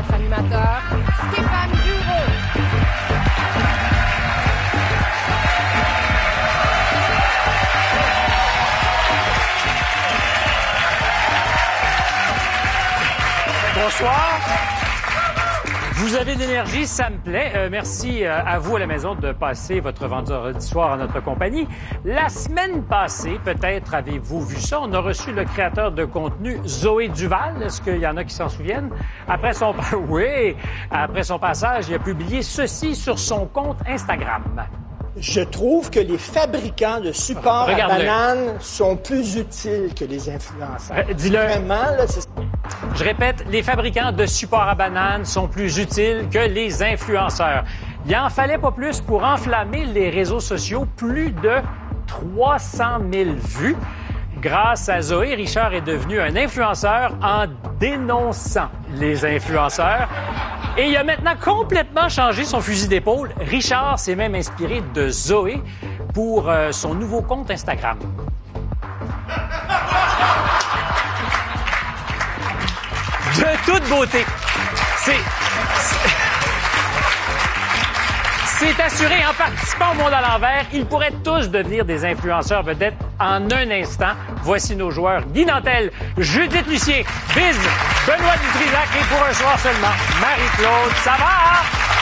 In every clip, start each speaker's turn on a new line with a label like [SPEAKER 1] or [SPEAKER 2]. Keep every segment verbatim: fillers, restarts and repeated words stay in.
[SPEAKER 1] votre animateur, Stéphane Bureau.
[SPEAKER 2] Bonsoir. Vous avez de l'énergie, ça me plaît. Euh, merci euh, à vous à la maison de passer votre vendredi soir en notre compagnie. La semaine passée, peut-être avez-vous vu ça, on a reçu le créateur de contenu Zoé Duval. Est-ce qu'il y en a qui s'en souviennent? Après son oui, après son passage, il a publié ceci sur son compte Instagram.
[SPEAKER 3] Je trouve que les fabricants de supports
[SPEAKER 2] Regarde-le.
[SPEAKER 3] à bananes sont plus utiles que les influenceurs.
[SPEAKER 2] Euh, dis-le.
[SPEAKER 3] Vraiment, là, c'est...
[SPEAKER 2] Je répète, les fabricants de supports à bananes sont plus utiles que les influenceurs. Il en fallait pas plus pour enflammer les réseaux sociaux. Plus de trois cent mille vues. Grâce à Zoé, Richard est devenu un influenceur en dénonçant les influenceurs. Et il a maintenant complètement changé son fusil d'épaule. Richard s'est même inspiré de Zoé pour euh, son nouveau compte Instagram. De toute beauté. C'est... C'est assuré en participant au Monde à l'envers. Ils pourraient tous devenir des influenceurs vedettes en un instant. Voici nos joueurs. Guy Nantel, Judith Lucien, Biz, Benoît Dutrisac et pour un soir seulement, Marie-Claude Savard.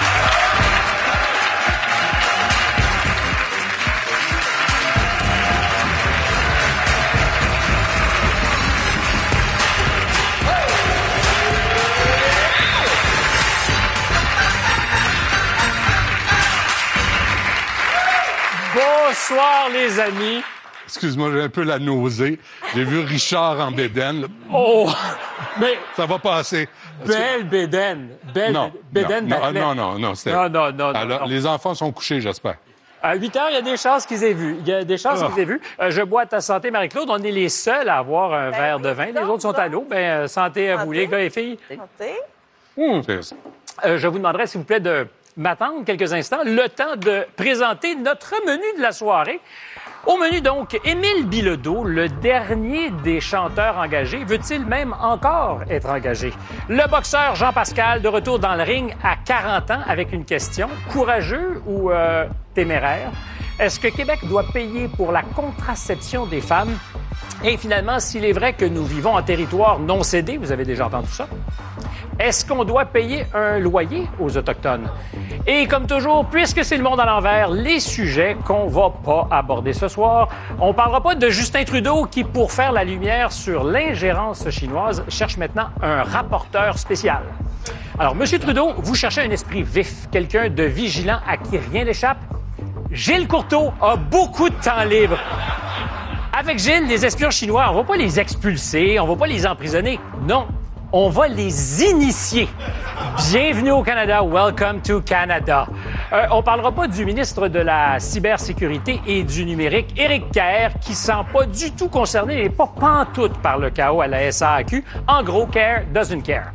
[SPEAKER 2] Bonsoir, les amis.
[SPEAKER 4] Excuse-moi, j'ai un peu la nausée. J'ai vu Richard en bédaine.
[SPEAKER 2] Oh, mais
[SPEAKER 4] Ça va passer.
[SPEAKER 2] belle bédaine. Belle
[SPEAKER 4] Non,
[SPEAKER 2] bédaine
[SPEAKER 4] non, non,
[SPEAKER 2] d'athlète.
[SPEAKER 4] non, non, non, c'était...
[SPEAKER 2] Non, non, non, non,
[SPEAKER 4] Alors,
[SPEAKER 2] non.
[SPEAKER 4] les enfants sont couchés, j'espère.
[SPEAKER 2] À huit heures, il y a des chances qu'ils aient vu. Il y a des chances
[SPEAKER 4] Ah.
[SPEAKER 2] qu'ils aient vu. Euh, je bois à ta santé, Marie-Claude. On est les seuls à avoir un verre de vin. Les autres sont à l'eau. Ben, euh, santé à vous, les gars et filles.
[SPEAKER 4] C'est-
[SPEAKER 2] Euh, je vous demanderai, s'il vous plaît, de m'attendre quelques instants, le temps de présenter notre menu de la soirée. Au menu, donc, Émile Bilodeau, le dernier des chanteurs engagés, veut-il même encore être engagé? Le boxeur Jean Pascal, de retour dans le ring à quarante ans, avec une question. Courageux ou euh, téméraire? Est-ce que Québec doit payer pour la contraception des femmes? Et finalement, s'il est vrai que nous vivons en territoire non cédé, vous avez déjà entendu ça, est-ce qu'on doit payer un loyer aux Autochtones? Et comme toujours, puisque c'est le monde à l'envers, les sujets qu'on va pas aborder ce soir. On parlera pas de Justin Trudeau qui, pour faire la lumière sur l'ingérence chinoise, cherche maintenant un rapporteur spécial. Alors, Monsieur Trudeau, vous cherchez un esprit vif, quelqu'un de vigilant à qui rien n'échappe. Gilles Courteau a beaucoup de temps libre. Avec Gilles, les espions chinois, on va pas les expulser, on va pas les emprisonner. Non, on va les initier. Bienvenue au Canada. Welcome to Canada. Euh, on parlera pas du ministre de la cybersécurité et du numérique, Éric Kerr, qui sent pas du tout concerné et pas pantoute par le chaos à la S A A Q. En gros, Kerr doesn't care.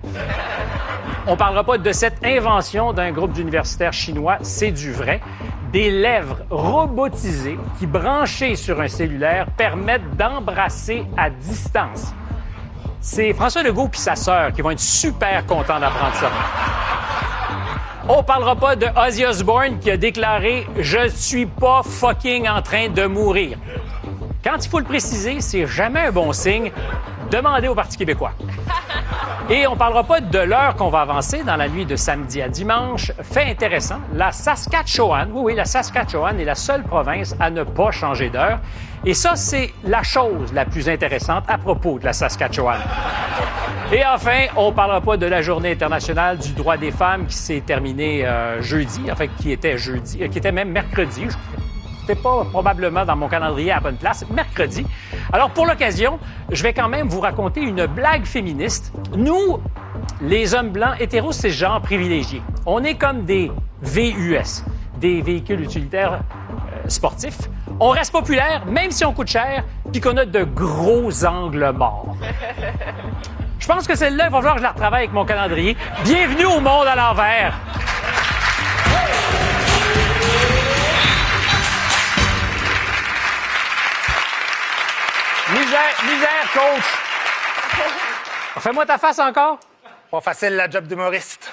[SPEAKER 2] On parlera pas de cette invention d'un groupe d'universitaires chinois, c'est du vrai. Des lèvres robotisées qui, branchées sur un cellulaire, permettent d'embrasser à distance. C'est François Legault et sa sœur qui vont être super contents d'apprendre ça. On parlera pas de Ozzy Osbourne qui a déclaré « Je suis pas fucking en train de mourir ». Quand il faut le préciser, c'est jamais un bon signe. Demandez au Parti québécois. Et on parlera pas de l'heure qu'on va avancer dans la nuit de samedi à dimanche. Fait intéressant, la Saskatchewan, oui, oui, la Saskatchewan est la seule province à ne pas changer d'heure. Et ça, c'est la chose la plus intéressante à propos de la Saskatchewan. Et enfin, on parlera pas de la Journée internationale du droit des femmes qui s'est terminée euh, jeudi, en fait, qui était jeudi, euh, qui était même mercredi. C'était pas probablement dans mon calendrier à la bonne place, mercredi. Alors, pour l'occasion, je vais quand même vous raconter une blague féministe. Nous, les hommes blancs hétéros, c'est genre privilégiés. On est comme des V U S, des véhicules utilitaires euh, sportifs. On reste populaire, même si on coûte cher, puis qu'on a de gros angles morts. Je pense que celle-là, il va falloir que je la retravaille avec mon calendrier. Bienvenue au monde à l'envers. Misère, misère, coach. Fais-moi ta face encore.
[SPEAKER 5] Pas facile, la job d'humoriste.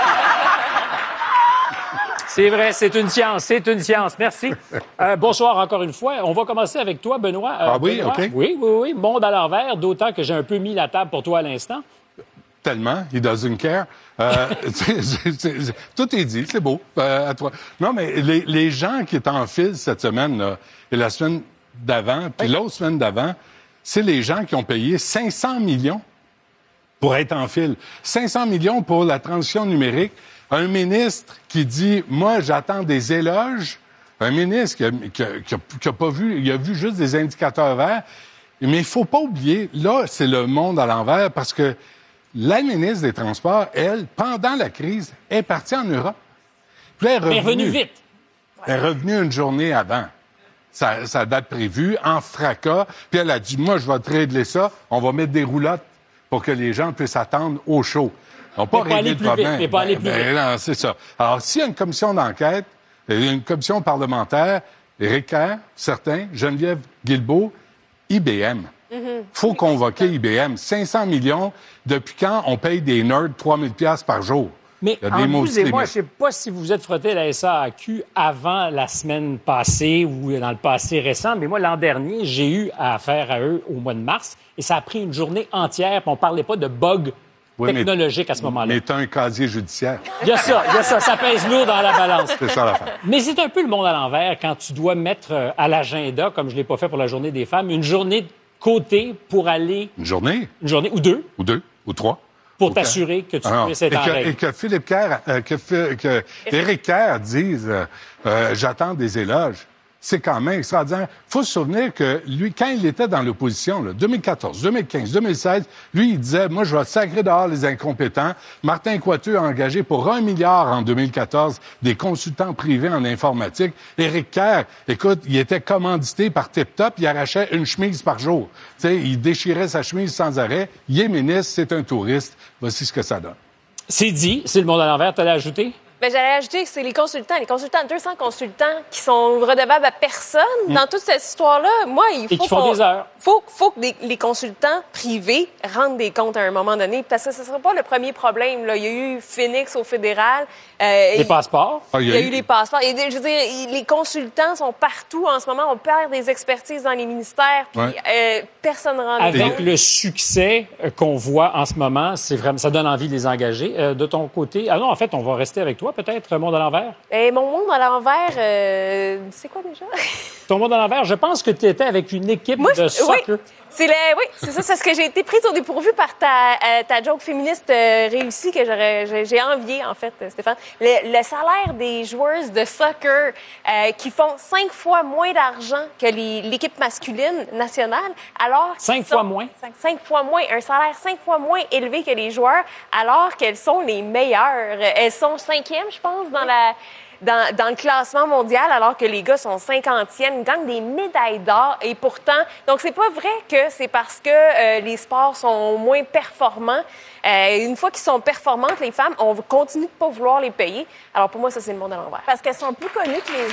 [SPEAKER 2] C'est vrai, c'est une science, c'est une science. Merci. Euh, bonsoir encore une fois. On va commencer avec toi, Benoît. Euh,
[SPEAKER 4] ah oui,
[SPEAKER 2] Benoît,
[SPEAKER 4] OK.
[SPEAKER 2] Oui, oui, oui. Monde à l'envers, d'autant que j'ai un peu mis la table pour toi à l'instant.
[SPEAKER 4] Tellement, he doesn't care. Euh, c'est, c'est, c'est, tout est dit, c'est beau, euh, à toi. Non, mais les, les gens qui étaient en file cette semaine, là, et la semaine d'avant, puis oui. l'autre semaine d'avant, c'est les gens qui ont payé cinq cents millions pour être en file. cinq cents millions pour la transition numérique. Un ministre qui dit, moi, j'attends des éloges. Un ministre qui a, qui a, qui a, qui a pas vu, il a vu juste des indicateurs verts. Mais il faut pas oublier, là, c'est le monde à l'envers parce que la ministre des Transports, elle, pendant la crise, est partie en Europe. Puis là, elle est revenue,
[SPEAKER 2] elle est revenue vite.
[SPEAKER 4] Elle est revenue une journée avant sa, sa date prévue, en fracas. Puis elle a dit, moi, je vais te régler ça. On va mettre des roulottes pour que les gens puissent attendre au chaud. On n'a pas réglé le problème.
[SPEAKER 2] Vite, mais pas aller plus
[SPEAKER 4] ben,
[SPEAKER 2] vite.
[SPEAKER 4] Ben, non, c'est ça. Alors, s'il y a une commission d'enquête, une commission parlementaire, Éric Kerr, certains, Geneviève Guilbeault, I B M. Mm-hmm. Faut convoquer I B M. cinq cents millions. Depuis quand on paye des nerds trois mille dollars par jour?
[SPEAKER 2] Mais entre vous et moi, je ne sais pas si vous vous êtes frotté à la S A Q avant la semaine passée ou dans le passé récent, mais moi, l'an dernier, j'ai eu affaire à eux au mois de mars et ça a pris une journée entière. On ne parlait pas de bugs oui, technologiques à ce moment-là.
[SPEAKER 4] Mais tu as un casier judiciaire.
[SPEAKER 2] Il y a ça, il y a ça. Ça pèse lourd dans la balance.
[SPEAKER 4] C'est ça l'affaire.
[SPEAKER 2] Mais c'est un peu le monde à l'envers quand tu dois mettre à l'agenda, comme je ne l'ai pas fait pour la Journée des femmes, une journée de côté pour aller...
[SPEAKER 4] Une journée?
[SPEAKER 2] Une journée, ou deux.
[SPEAKER 4] Ou deux, ou trois.
[SPEAKER 2] Pour t'assurer que tu
[SPEAKER 4] Alors,
[SPEAKER 2] puisses être
[SPEAKER 4] et
[SPEAKER 2] en
[SPEAKER 4] que,
[SPEAKER 2] règle.
[SPEAKER 4] Et que Philippe Kerr, euh, que, que Éric Kerr dise euh, euh, j'attends des éloges, c'est quand même extraordinaire. Il faut se souvenir que lui, quand il était dans l'opposition, là, deux mille quatorze, deux mille quinze, deux mille seize, lui, il disait, moi, je vais sacrer dehors les incompétents. Martin Coiteux a engagé pour un milliard en deux mille quatorze des consultants privés en informatique. Éric Kerr, écoute, il était commandité par Tip Top, il arrachait une chemise par jour. Tu sais, il déchirait sa chemise sans arrêt. Il est ministre, c'est un touriste. Voici ce que ça donne.
[SPEAKER 2] C'est dit, c'est le monde à l'envers. T'allais ajouter?
[SPEAKER 6] Ben, j'allais ajouter que c'est les consultants. Les consultants, deux cents consultants qui sont redevables à personne mmh. dans toute cette histoire-là. Moi, il faut
[SPEAKER 2] Et qui font des heures.
[SPEAKER 6] Faut, faut que des, les consultants privés rendent des comptes à un moment donné, parce que ce ne sera pas le premier problème. Là. Il y a eu Phoenix au fédéral.
[SPEAKER 2] Euh, les passeports.
[SPEAKER 6] Il y a, il y a eu les passeports. Et, je veux dire, les consultants sont partout en ce moment. On perd des expertises dans les ministères, puis ouais. euh, personne ne rend des comptes.
[SPEAKER 2] Avec le succès qu'on voit en ce moment, c'est vraiment, ça donne envie de les engager. Euh, de ton côté, ah non, en fait, on va rester avec toi. Peut-être, monde à l'envers?
[SPEAKER 6] Eh, mon monde à l'envers, euh, c'est quoi déjà?
[SPEAKER 2] Ton monde à l'envers, je pense que tu étais avec une équipe
[SPEAKER 6] Moi,
[SPEAKER 2] de soccer.
[SPEAKER 6] Oui, c'est, le, oui, c'est ça, c'est ce que j'ai été prise au dépourvu par ta, euh, ta joke féministe euh, réussie que j'aurais, j'ai, j'ai envié, en fait, Stéphane. Le, le salaire des joueuses de soccer euh, qui font cinq fois moins d'argent que les, l'équipe masculine nationale, alors...
[SPEAKER 2] Cinq fois moins?
[SPEAKER 6] Cinq, cinq fois moins. Un salaire cinq fois moins élevé que les joueurs, alors qu'elles sont les meilleures. Elles sont cinquièmes, je pense, dans la... Dans, dans le classement mondial, alors que les gars sont cinquantièmes, gagnent des médailles d'or. Et pourtant, donc c'est pas vrai que c'est parce que euh, les sports sont moins performants. Euh, une fois qu'ils sont performantes, les femmes, on continue de pas vouloir les payer. Alors pour moi, ça, c'est le monde à l'envers.
[SPEAKER 7] Parce qu'elles sont plus connues que les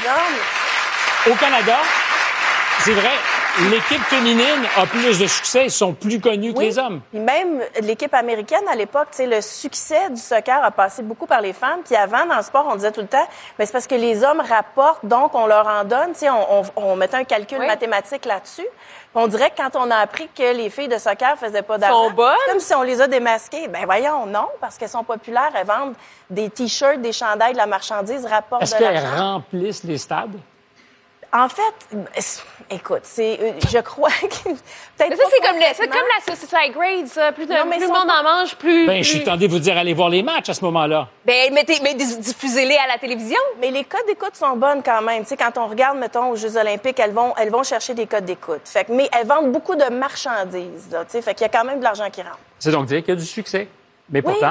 [SPEAKER 7] hommes.
[SPEAKER 2] Au Canada, c'est vrai, l'équipe féminine a plus de succès, ils sont plus connus oui. que les hommes.
[SPEAKER 7] Puis même l'équipe américaine, à l'époque, tu sais, le succès du soccer a passé beaucoup par les femmes. Puis avant, dans le sport, on disait tout le temps, ben, c'est parce que les hommes rapportent, donc on leur en donne. Tu sais, on, on, on mettait un calcul oui. mathématique là-dessus. Puis on dirait que quand on a appris que les filles de soccer faisaient pas d'argent, c'est comme si on les a démasquées. Ben voyons, non, parce qu'elles sont populaires, elles vendent des t-shirts, des chandails, de la marchandise, rapportent
[SPEAKER 2] Est-ce
[SPEAKER 7] de l'argent.
[SPEAKER 2] Est-ce qu'elles remplissent les stades?
[SPEAKER 7] En fait, écoute, c'est, je crois que peut-être.
[SPEAKER 6] Mais ça, c'est comme, le, c'est comme la Society Grade, ça. Plus, de, non, plus le monde en mange, plus.
[SPEAKER 2] Ben,
[SPEAKER 6] plus...
[SPEAKER 2] je suis tenté de vous dire, allez voir les matchs à ce moment-là.
[SPEAKER 6] Ben, mettez, mais diffusez-les à la télévision.
[SPEAKER 7] Mais les codes d'écoute sont bonnes quand même. Tu sais, quand on regarde, mettons, aux Jeux Olympiques, elles vont, elles vont chercher des codes d'écoute. Fait que, mais elles vendent beaucoup de marchandises, là, tu sais. Fait qu'il y a quand même de l'argent qui rentre.
[SPEAKER 2] C'est donc dire qu'il y a du succès. Mais pourtant,
[SPEAKER 7] oui.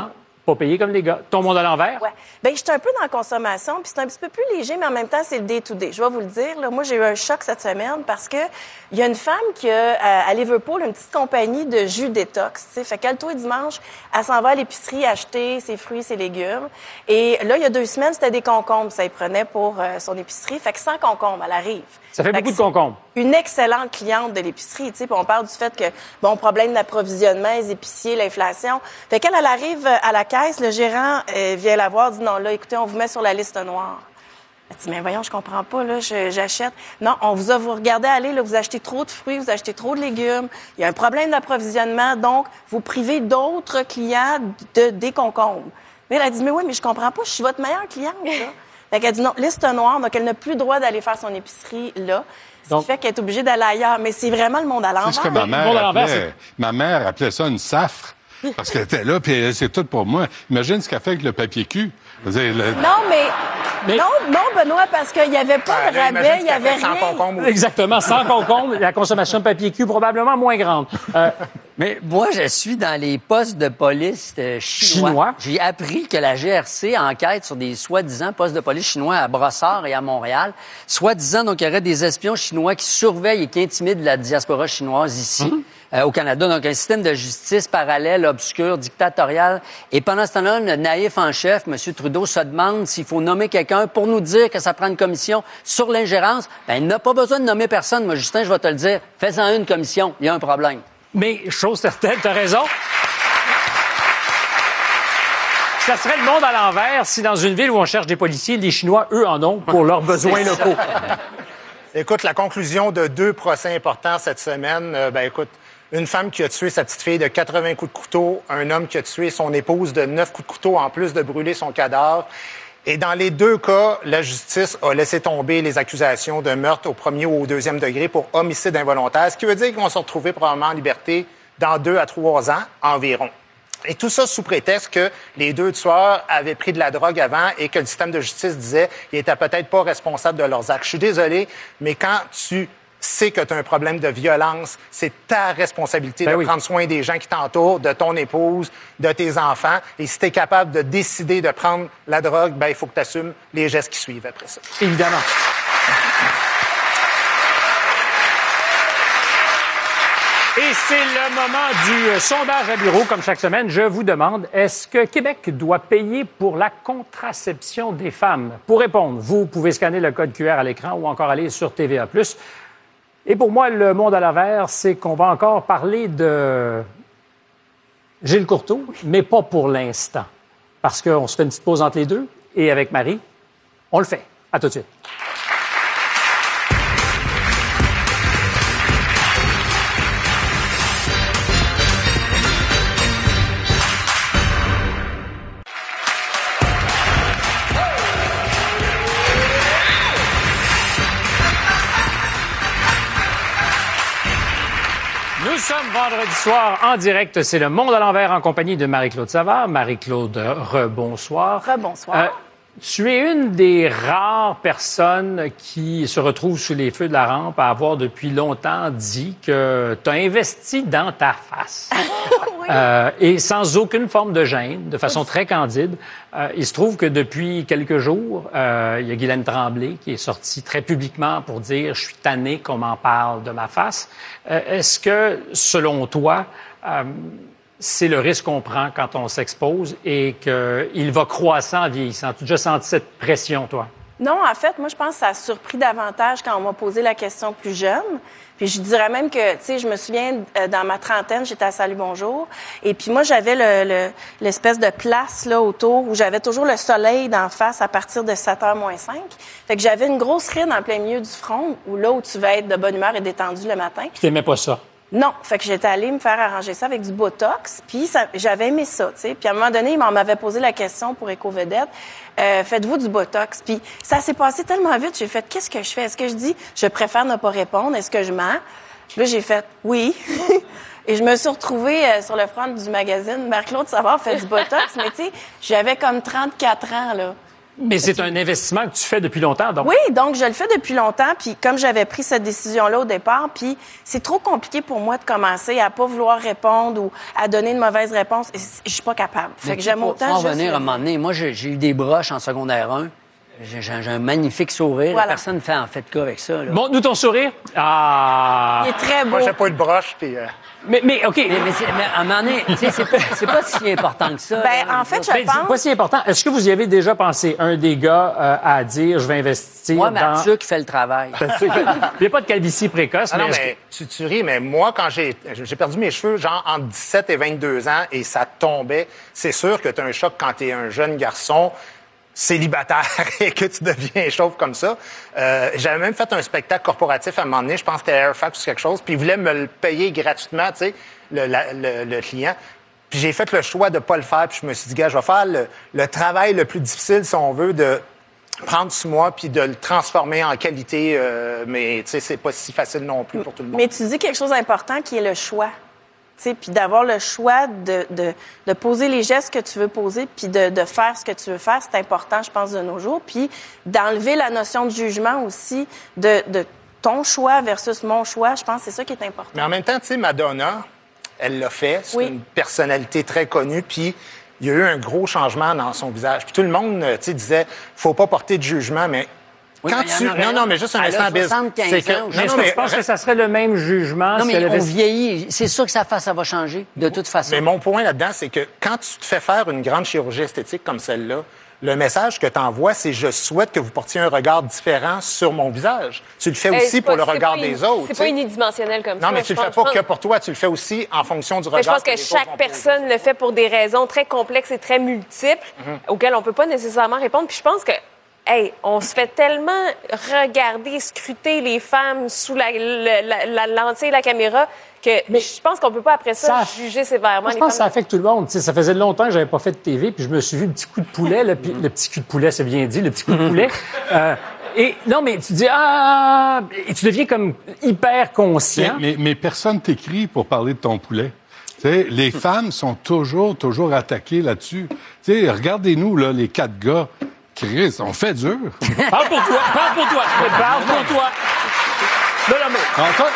[SPEAKER 2] pas payer comme les gars. Ton monde à l'envers?
[SPEAKER 7] Ouais. Bien, je suis un peu dans la consommation, puis c'est un petit peu plus léger, mais en même temps, c'est le day-to-day. Je vais vous le dire. Là, moi, j'ai eu un choc cette semaine parce que il y a une femme qui a, à Liverpool, une petite compagnie de jus détox. T'sais. Fait qu'elle, tous les dimanches, elle s'en va à l'épicerie acheter ses fruits, ses légumes. Et là, il y a deux semaines, c'était des concombres. Ça y prenait pour euh, son épicerie. Fait que sans concombres, elle arrive.
[SPEAKER 2] Ça fait, fait beaucoup de concombres.
[SPEAKER 7] Une excellente cliente de l'épicerie, tu sais, puis on parle du fait que, bon, problème d'approvisionnement, les épiciers, l'inflation. Fait qu'elle, elle arrive à la caisse, le gérant euh, vient la voir, dit non, là, écoutez, on vous met sur la liste noire. Elle dit, mais voyons, je comprends pas, là, je, j'achète. Non, on vous a, vous regardez aller, là, vous achetez trop de fruits, vous achetez trop de légumes. Il y a un problème d'approvisionnement, donc, vous privez d'autres clients de, des concombres. Mais elle a dit, mais oui, mais je comprends pas, je suis votre meilleure cliente, là. Fait qu'elle dit non, liste noire, donc elle n'a plus le droit d'aller faire son épicerie là. Ce
[SPEAKER 2] donc,
[SPEAKER 7] qui fait qu'elle est obligée d'aller ailleurs. Mais c'est vraiment le monde à l'envers.
[SPEAKER 4] C'est ce que ma mère, appelait, ma mère appelait ça une safre. Parce qu'elle était là, puis c'est tout pour moi. Imagine ce qu'elle fait avec le papier cul. Dire, le...
[SPEAKER 7] Non, mais...
[SPEAKER 2] mais...
[SPEAKER 7] Non, non, Benoît, parce qu'il n'y avait pas ouais, de rabais, il n'y avait rien.
[SPEAKER 2] Concombre. Exactement, sans concombre, la consommation de papier cul probablement moins grande. Euh,
[SPEAKER 8] mais moi, je suis dans les postes de police euh, chinois. chinois. J'ai appris que la G R C enquête sur des soi-disant postes de police chinois à Brossard et à Montréal. Soi-disant, donc, il y aurait des espions chinois qui surveillent et qui intimident la diaspora chinoise ici. Mm-hmm. Euh, au Canada, donc un système de justice parallèle, obscur, dictatorial. Et pendant ce temps-là, le naïf en chef, M. Trudeau, se demande s'il faut nommer quelqu'un pour nous dire que ça prend une commission sur l'ingérence. Ben, il n'a pas besoin de nommer personne. Moi, Justin, je vais te le dire, fais-en une commission, il y a un problème.
[SPEAKER 2] Mais, chose certaine, t'as raison. Ça serait le monde à l'envers si dans une ville où on cherche des policiers, les Chinois, eux, en ont pour leurs besoins locaux.
[SPEAKER 5] Écoute, la conclusion de deux procès importants cette semaine, euh, ben écoute, une femme qui a tué sa petite fille de quatre-vingts coups de couteau, un homme qui a tué son épouse de neuf coups de couteau en plus de brûler son cadavre. Et dans les deux cas, la justice a laissé tomber les accusations de meurtre au premier ou au deuxième degré pour homicide involontaire, ce qui veut dire qu'ils vont se retrouver probablement en liberté dans deux à trois ans environ. Et tout ça sous prétexte que les deux tueurs avaient pris de la drogue avant et que le système de justice disait qu'ils n'étaient peut-être pas responsables de leurs actes. Je suis désolé, mais quand tu sais que tu as un problème de violence, c'est ta responsabilité ben de oui. prendre soin des gens qui t'entourent, de ton épouse, de tes enfants. Et si tu es capable de décider de prendre la drogue, ben il faut que tu assumes les gestes qui suivent après ça.
[SPEAKER 2] Évidemment. Et c'est le moment du sondage à bureau, comme chaque semaine. Je vous demande, est-ce que Québec doit payer pour la contraception des femmes? Pour répondre, vous pouvez scanner le code Q R à l'écran ou encore aller sur T V A plus. Et pour moi, le monde à l'envers, c'est qu'on va encore parler de Gilles Courteau, mais pas pour l'instant. Parce qu'on se fait une petite pause entre les deux. Et avec Marie, on le fait. À tout de suite. Nous sommes vendredi soir en direct. C'est le Monde à l'envers en compagnie de Marie-Claude Savard. Marie-Claude, rebonsoir.
[SPEAKER 7] Rebonsoir. Euh,
[SPEAKER 2] tu es une des rares personnes qui se retrouvent sous les feux de la rampe à avoir depuis longtemps dit que tu as investi dans ta face. Oui. euh, et sans aucune forme de gêne, de façon très candide. Euh, il se trouve que depuis quelques jours, euh, il y a Guylaine Tremblay qui est sortie très publiquement pour dire « Je suis tanné qu'on m'en parle de ma face euh, ». Est-ce que, selon toi, euh, c'est le risque qu'on prend quand on s'expose et qu'il va croissant en vieillissant? Tu as déjà senti cette pression, toi?
[SPEAKER 7] Non, en fait, moi, je pense que ça a surpris davantage quand on m'a posé la question plus jeune. Puis je dirais même que, tu sais, je me souviens, euh, dans ma trentaine, j'étais à Salut Bonjour. Et puis moi, j'avais le, le, l'espèce de place là autour où j'avais toujours le soleil d'en face à partir de sept heures moins cinq. Fait que j'avais une grosse ride en plein milieu du front, où là où tu vas être de bonne humeur et détendu le matin.
[SPEAKER 2] Tu t'aimais pas ça?
[SPEAKER 7] Non. Fait que j'étais allée me faire arranger ça avec du Botox. Puis ça, j'avais aimé ça, tu sais. Puis à un moment donné, il m'en m'avait posé la question pour Éco-Vedette. Euh, faites-vous du Botox? Puis ça s'est passé tellement vite, j'ai fait, qu'est-ce que je fais? Est-ce que je dis, je préfère ne pas répondre? Est-ce que je mens? Puis là, j'ai fait, oui. Et je me suis retrouvée euh, sur le front du magazine. Marie-Claude Savard fait du Botox. Mais tu sais, j'avais comme trente-quatre ans, là.
[SPEAKER 2] Mais c'est un investissement que tu fais depuis longtemps, donc.
[SPEAKER 7] Oui, donc je le fais depuis longtemps, puis comme j'avais pris cette décision-là au départ, puis c'est trop compliqué pour moi de commencer à pas vouloir répondre ou à donner une mauvaise réponse. Je suis pas capable. Fait
[SPEAKER 8] Mais
[SPEAKER 7] que j'aime
[SPEAKER 8] faut-
[SPEAKER 7] autant
[SPEAKER 8] faut en
[SPEAKER 7] juste...
[SPEAKER 8] venir à un moment donné. Moi, j'ai j'ai eu des broches en secondaire un. J'ai j'ai un magnifique sourire.
[SPEAKER 7] Voilà.
[SPEAKER 8] Personne ne fait en fait de cas avec ça. Là.
[SPEAKER 2] Montre-nous ton sourire. Ah!
[SPEAKER 7] Il est très beau.
[SPEAKER 5] Moi, j'ai pas eu de broche, puis... euh,
[SPEAKER 2] Mais, mais OK.
[SPEAKER 8] Mais, mais, c'est- mais à un moment donné, tu sais, c'est pas, c'est pas si important que ça.
[SPEAKER 7] Ben,
[SPEAKER 8] là.
[SPEAKER 7] en fait, je
[SPEAKER 2] Mais c'est pas
[SPEAKER 7] pense...
[SPEAKER 2] si important. Est-ce que vous y avez déjà pensé, un des gars, euh, à dire, je vais investir
[SPEAKER 8] Moi,
[SPEAKER 2] dans...
[SPEAKER 8] Mathieu qui fait le travail.
[SPEAKER 2] Il n'y a pas de calvitie précoce,
[SPEAKER 5] Ah
[SPEAKER 2] mais...
[SPEAKER 5] non,
[SPEAKER 2] est-ce
[SPEAKER 5] mais tu, tu ris, mais moi, quand j'ai j'ai perdu mes cheveux, genre entre dix-sept et vingt-deux ans, et ça tombait, c'est sûr que tu as un choc quand tu es un jeune garçon célibataire et que tu deviens chauve comme ça. Euh, j'avais même fait un spectacle corporatif à un moment donné, je pense que c'était Airfax ou quelque chose, puis ils voulaient me le payer gratuitement, tu sais, le, la- le, le client. Puis j'ai fait le choix de pas le faire, puis je me suis dit, gars, je vais faire le, le travail le plus difficile, si on veut, de prendre sur moi puis de le transformer en qualité, euh, mais tu sais, c'est pas si facile non plus pour tout le monde.
[SPEAKER 7] Mais tu dis quelque chose d'important qui est le choix. Tu sais, puis d'avoir le choix de, de, de poser les gestes que tu veux poser, puis de, de faire ce que tu veux faire, c'est important, je pense, de nos jours. Puis d'enlever la notion de jugement aussi, de, de ton choix versus mon choix, je pense que c'est ça qui est important.
[SPEAKER 5] Mais en même temps, tu sais, Madonna, elle l'a fait. C'est
[SPEAKER 7] Oui.
[SPEAKER 5] une personnalité très connue. Puis il y a eu un gros changement dans son visage. Puis tout le monde, tu sais, disait, faut pas porter de jugement, mais
[SPEAKER 8] Oui,
[SPEAKER 5] quand
[SPEAKER 8] mais il y en
[SPEAKER 5] tu...
[SPEAKER 8] aurait
[SPEAKER 5] Non,
[SPEAKER 8] un.
[SPEAKER 5] non, mais juste un
[SPEAKER 8] Elle a
[SPEAKER 5] instant, Biz.
[SPEAKER 8] soixante-quinze
[SPEAKER 5] C'est que...
[SPEAKER 8] ans,
[SPEAKER 5] Non,
[SPEAKER 8] je
[SPEAKER 5] non,
[SPEAKER 2] Est-ce que
[SPEAKER 5] mais...
[SPEAKER 2] tu penses que ça serait le même jugement
[SPEAKER 8] Non,
[SPEAKER 2] si
[SPEAKER 8] mais
[SPEAKER 2] elle avait...
[SPEAKER 8] on vieillit. C'est sûr que sa face, ça va changer, de toute façon.
[SPEAKER 5] Mais mon point là-dedans, c'est que quand tu te fais faire une grande chirurgie esthétique comme celle-là, le message que tu envoies, c'est « je souhaite que vous portiez un regard différent sur mon visage ». Tu le fais
[SPEAKER 6] Eh,
[SPEAKER 5] aussi
[SPEAKER 6] c'est
[SPEAKER 5] pour
[SPEAKER 6] pas-
[SPEAKER 5] le
[SPEAKER 6] c'est
[SPEAKER 5] regard
[SPEAKER 6] pas
[SPEAKER 5] des
[SPEAKER 6] uni-
[SPEAKER 5] autres.
[SPEAKER 6] C'est
[SPEAKER 5] tu
[SPEAKER 6] pas
[SPEAKER 5] sais.
[SPEAKER 6] unidimensionnel comme ça.
[SPEAKER 5] Non, mais tu
[SPEAKER 6] je
[SPEAKER 5] le fais
[SPEAKER 6] pense-
[SPEAKER 5] pas
[SPEAKER 6] je
[SPEAKER 5] que
[SPEAKER 6] pense-
[SPEAKER 5] pour toi, tu le fais aussi en fonction du
[SPEAKER 6] Mais
[SPEAKER 5] regard
[SPEAKER 6] je pense que
[SPEAKER 5] les autres
[SPEAKER 6] chaque
[SPEAKER 5] vont poser.
[SPEAKER 6] personne le fait pour des raisons très complexes et très multiples
[SPEAKER 5] Mm-hmm.
[SPEAKER 6] auxquelles on peut pas nécessairement répondre. Puis je pense que, hey, on se fait tellement regarder, scruter les femmes sous la, le- la, la lentille, la caméra, que je pense qu'on peut pas après ça,
[SPEAKER 2] Ça-
[SPEAKER 6] juger sévèrement
[SPEAKER 2] Moi, je
[SPEAKER 6] les
[SPEAKER 2] pense que ça
[SPEAKER 6] femmes.
[SPEAKER 2] affecte tout le monde. Tu sais, ça faisait longtemps que j'avais pas fait de T V, puis je me suis vu le petit coup de poulet, le, pi- le petit coup de poulet, c'est bien dit, le petit coup de poulet. Euh, et non, mais tu dis, ah, et tu deviens comme hyper
[SPEAKER 4] Mais,
[SPEAKER 2] conscient.
[SPEAKER 4] mais, mais personne t'écrit pour parler de ton poulet. Tu sais, les femmes sont toujours, toujours attaquées là-dessus. Tu sais, regardez-nous, là, les quatre gars. Chris, on fait dur.
[SPEAKER 2] Parle pour toi, parle pour toi, parle pour toi. Non, non, mais...
[SPEAKER 4] Encore?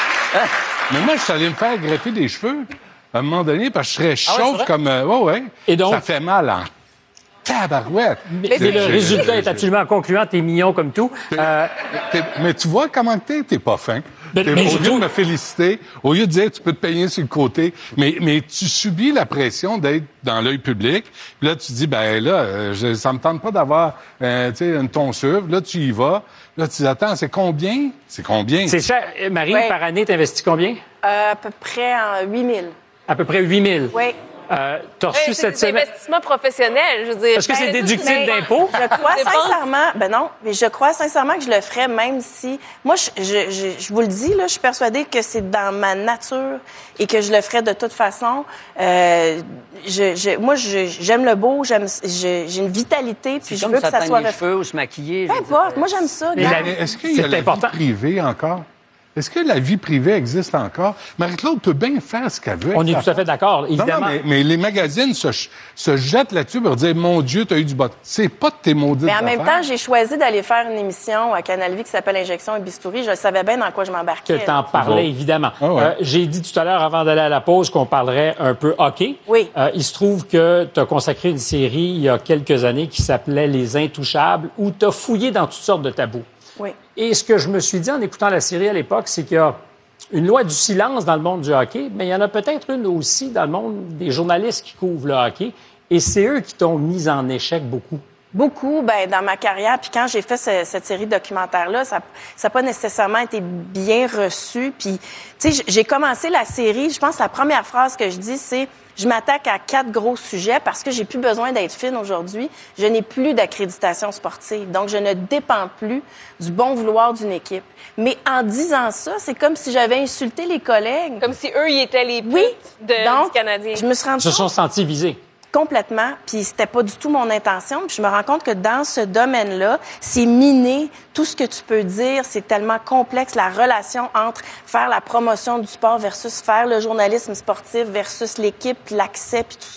[SPEAKER 4] Mais moi, je suis allé me faire greffer des cheveux à un moment donné parce que je serais
[SPEAKER 5] Ah ouais, c'est
[SPEAKER 4] chauve
[SPEAKER 5] vrai?
[SPEAKER 4] comme... euh, ouais, ouais.
[SPEAKER 2] Et donc?
[SPEAKER 4] Ça fait mal en tabarouette.
[SPEAKER 2] Mais, mais le
[SPEAKER 4] Je-
[SPEAKER 2] résultat
[SPEAKER 4] je-
[SPEAKER 2] est absolument concluant, t'es mignon comme tout. Euh,
[SPEAKER 4] T'es- Mais tu vois comment t'es? T'es pas fin.
[SPEAKER 2] Mais-
[SPEAKER 4] T'es-
[SPEAKER 2] mais
[SPEAKER 4] au
[SPEAKER 2] je
[SPEAKER 4] lieu
[SPEAKER 2] trouve-
[SPEAKER 4] de me féliciter, au lieu de dire tu peux te payer sur le côté, mais, mais tu subis la pression d'être dans l'œil public. Puis là, tu dis, ben là, euh, je, ça me tente pas d'avoir euh, tu sais, une tonsure. Là, tu y vas. Là, tu dis, attends, c'est combien? C'est combien?
[SPEAKER 2] c'est cher. Euh, Marie,
[SPEAKER 7] Oui.
[SPEAKER 2] par année, t'investis combien?
[SPEAKER 7] Euh, à peu près en huit mille.
[SPEAKER 2] À peu près huit mille.
[SPEAKER 7] Oui.
[SPEAKER 2] Euh, t'as reçu
[SPEAKER 6] Hey, c'est
[SPEAKER 2] cette
[SPEAKER 6] des
[SPEAKER 2] semaine...
[SPEAKER 6] investissements professionnels, je veux dire.
[SPEAKER 2] Est-ce que c'est
[SPEAKER 6] Ben,
[SPEAKER 2] déductible
[SPEAKER 6] mais-
[SPEAKER 2] d'impôts?
[SPEAKER 7] Je crois
[SPEAKER 6] Dépense.
[SPEAKER 7] sincèrement, ben non, mais je crois sincèrement que je le ferais même si, moi, je, je, je, je vous le dis, là, je suis persuadée que c'est dans ma nature et que je le ferais de toute façon. Euh, je, je, moi, je, j'aime le beau, j'aime, je- j'ai une vitalité, puis
[SPEAKER 8] C'est
[SPEAKER 7] je
[SPEAKER 8] comme
[SPEAKER 7] veux que
[SPEAKER 8] ça
[SPEAKER 7] ça soit...
[SPEAKER 8] les
[SPEAKER 7] ref-
[SPEAKER 8] cheveux ou se maquiller. je
[SPEAKER 7] Peu
[SPEAKER 8] veux dire.
[SPEAKER 7] importe, moi, j'aime ça.
[SPEAKER 2] Mais
[SPEAKER 7] regarde.
[SPEAKER 2] la-
[SPEAKER 4] Mais est-ce qu'il y a
[SPEAKER 2] C'est
[SPEAKER 4] la
[SPEAKER 2] important.
[SPEAKER 4] vie privée encore? Est-ce que la vie privée existe encore? Marie-Claude peut bien faire ce qu'elle veut.
[SPEAKER 2] On
[SPEAKER 4] avec
[SPEAKER 2] est
[SPEAKER 4] sa
[SPEAKER 2] tout à fait d'accord,
[SPEAKER 4] Non,
[SPEAKER 2] évidemment.
[SPEAKER 4] non, mais, mais les magazines se, se jettent là-dessus pour dire, mon Dieu, t'as eu du bot. C'est pas de tes maudites
[SPEAKER 7] Mais en même
[SPEAKER 4] affaires.
[SPEAKER 7] temps, j'ai choisi d'aller faire une émission à Canal Vie qui s'appelle Injection et Bistouri. Je savais bien dans quoi je m'embarquais.
[SPEAKER 2] Que t'en parlais,
[SPEAKER 4] bon.
[SPEAKER 2] évidemment.
[SPEAKER 4] Ah ouais.
[SPEAKER 2] Euh, j'ai dit tout à l'heure, avant d'aller à la pause, qu'on parlerait un peu hockey.
[SPEAKER 7] Oui.
[SPEAKER 2] Euh, il se trouve que tu as consacré une série il y a quelques années qui s'appelait Les Intouchables, où tu as fouillé dans toutes sortes de tabous.
[SPEAKER 7] Oui.
[SPEAKER 2] Et ce que je me suis dit en écoutant la série à l'époque, c'est qu'il y a une loi du silence dans le monde du hockey, mais il y en a peut-être une aussi dans le monde des journalistes qui couvrent le hockey. Et c'est eux qui t'ont mis en échec beaucoup.
[SPEAKER 7] Beaucoup, ben dans ma carrière. Puis quand j'ai fait ce- cette série de documentaires-là, ça n'a pas nécessairement été bien reçu. Puis, tu sais, j'ai commencé la série, je pense que la première phrase que je dis, c'est « Je m'attaque à quatre gros sujets parce que j'ai plus besoin d'être fine aujourd'hui. Je n'ai plus d'accréditation sportive. Donc, je ne dépends plus du bon vouloir d'une équipe. » Mais en disant ça, c'est comme si j'avais insulté les collègues.
[SPEAKER 6] Comme si eux, ils étaient les putes
[SPEAKER 7] Oui,
[SPEAKER 6] de,
[SPEAKER 7] donc,
[SPEAKER 6] du Canadien.
[SPEAKER 7] je me suis rendu
[SPEAKER 2] Ils se sont
[SPEAKER 7] compte
[SPEAKER 2] sentis visés.
[SPEAKER 7] complètement, puis c'était pas du tout mon intention. Puis je me rends compte que dans ce domaine-là, c'est miné. Tout ce que tu peux dire, c'est tellement complexe. La relation entre faire la promotion du sport versus faire le journalisme sportif versus l'équipe, l'accès, puis tout ça.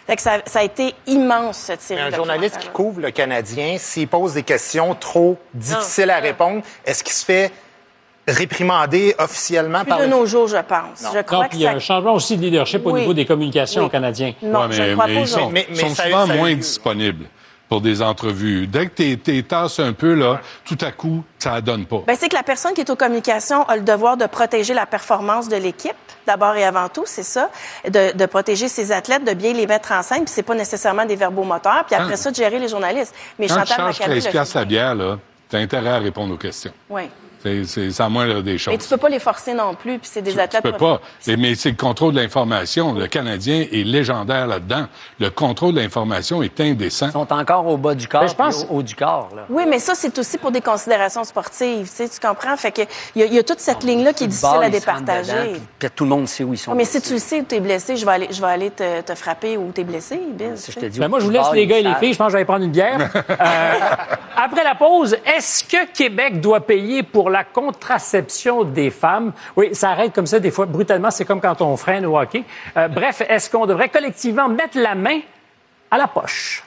[SPEAKER 7] Fait que ça, ça a été immense, cette série.
[SPEAKER 5] Un journaliste qui couvre le Canadien, s'il pose des questions trop difficiles non, à répondre, est-ce qu'il se fait réprimander officiellement
[SPEAKER 7] Plus
[SPEAKER 5] par...
[SPEAKER 7] de
[SPEAKER 5] le...
[SPEAKER 7] nos jours, je pense.
[SPEAKER 2] Non.
[SPEAKER 7] Je crois
[SPEAKER 2] non,
[SPEAKER 7] que
[SPEAKER 2] il y a
[SPEAKER 7] ça...
[SPEAKER 2] un changement aussi de leadership oui. au niveau des communications
[SPEAKER 7] oui.
[SPEAKER 2] aux Canadiens.
[SPEAKER 7] Non,
[SPEAKER 4] ouais, mais,
[SPEAKER 7] je crois
[SPEAKER 4] mais
[SPEAKER 7] pas.
[SPEAKER 4] Ils sont,
[SPEAKER 5] mais, mais
[SPEAKER 4] sont
[SPEAKER 5] ça,
[SPEAKER 4] souvent
[SPEAKER 5] ça,
[SPEAKER 4] moins
[SPEAKER 5] ça,
[SPEAKER 4] disponibles pour des entrevues. Dès que t'es, t'es tasses un peu, là, ouais. tout à coup, ça ne donne pas.
[SPEAKER 7] Ben, c'est que la personne qui est aux communications a le devoir de protéger la performance de l'équipe, d'abord et avant tout, c'est ça, de, de protéger ses athlètes, de bien les mettre en scène, puis c'est pas nécessairement des verbomoteurs, puis après ah. ça, de gérer les journalistes. Mais
[SPEAKER 4] Quand
[SPEAKER 7] Chantal
[SPEAKER 4] tu charges
[SPEAKER 7] Macallé,
[SPEAKER 4] treize piastres la bière, là, t'as intérêt à répondre aux questions.
[SPEAKER 7] Oui.
[SPEAKER 4] C'est, c'est, c'est à moins des choses.
[SPEAKER 7] Mais tu peux pas les forcer non plus, puis c'est des
[SPEAKER 4] tu,
[SPEAKER 7] athlètes...
[SPEAKER 4] Tu peux pas. Mais, mais c'est le contrôle de l'information. Le Canadien est légendaire là-dedans. Le contrôle de l'information est indécent.
[SPEAKER 8] Ils sont encore au bas du corps, je pense... au haut du corps. Là.
[SPEAKER 7] Oui, mais ça, c'est aussi pour des considérations sportives, tu sais, tu comprends? Fait que il y, y a toute cette ligne-là qui est difficile à départager.
[SPEAKER 8] Dedans, puis tout le monde sait où ils sont.
[SPEAKER 7] Oh, mais si tu le sais où t'es blessé, je vais aller, je vais aller te, te frapper où t'es blessé, Bill.
[SPEAKER 8] Si je te dis
[SPEAKER 2] ben moi, je vous laisse les gars et les filles. Je pense que je vais prendre une bière. euh, après la pause, est-ce que Québec doit payer pour la contraception des femmes? Oui, ça arrête comme ça des fois brutalement. C'est comme quand on freine au hockey. Euh, bref, est-ce qu'on devrait collectivement mettre la main à la poche?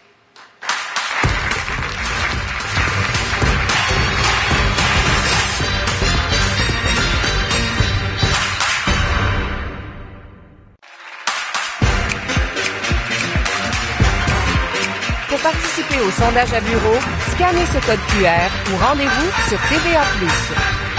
[SPEAKER 1] Pour participer au sondage à bureau, scannez ce code Q R ou rendez-vous sur T V A plus.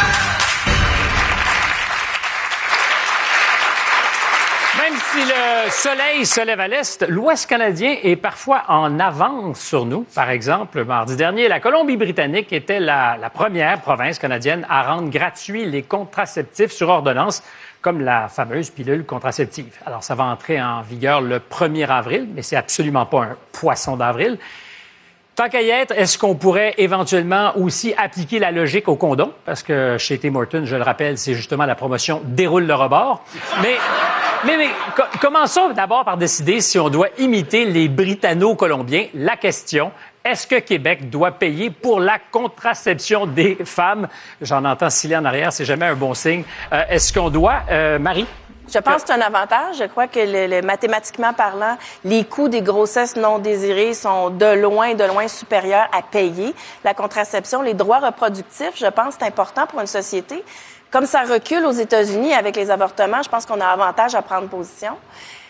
[SPEAKER 2] Même si le soleil se lève à l'est, l'Ouest canadien est parfois en avance sur nous. Par exemple, mardi dernier, la Colombie-Britannique était la, la première province canadienne à rendre gratuits les contraceptifs sur ordonnance, comme la fameuse pilule contraceptive. Alors, ça va entrer en vigueur le premier avril, mais c'est absolument pas un poisson d'avril. Tant qu'à y être, est-ce qu'on pourrait éventuellement aussi appliquer la logique au condom? Parce que chez Tim Hortons, je le rappelle, c'est justement la promotion déroule le rebord. Mais, mais, mais co- commençons d'abord par décider si on doit imiter les Britanno-Colombiens. La question, est-ce que Québec doit payer pour la contraception des femmes? J'en entends sciller en arrière, c'est jamais un bon signe. Euh, est-ce qu'on doit? Euh, Marie?
[SPEAKER 7] Je pense que c'est un avantage. Je crois que le, le, mathématiquement parlant, les coûts des grossesses non désirées sont de loin, de loin supérieurs à payer. La contraception, les droits reproductifs, je pense que c'est important pour une société. Comme ça recule aux États-Unis avec les avortements, je pense qu'on a avantage à prendre position.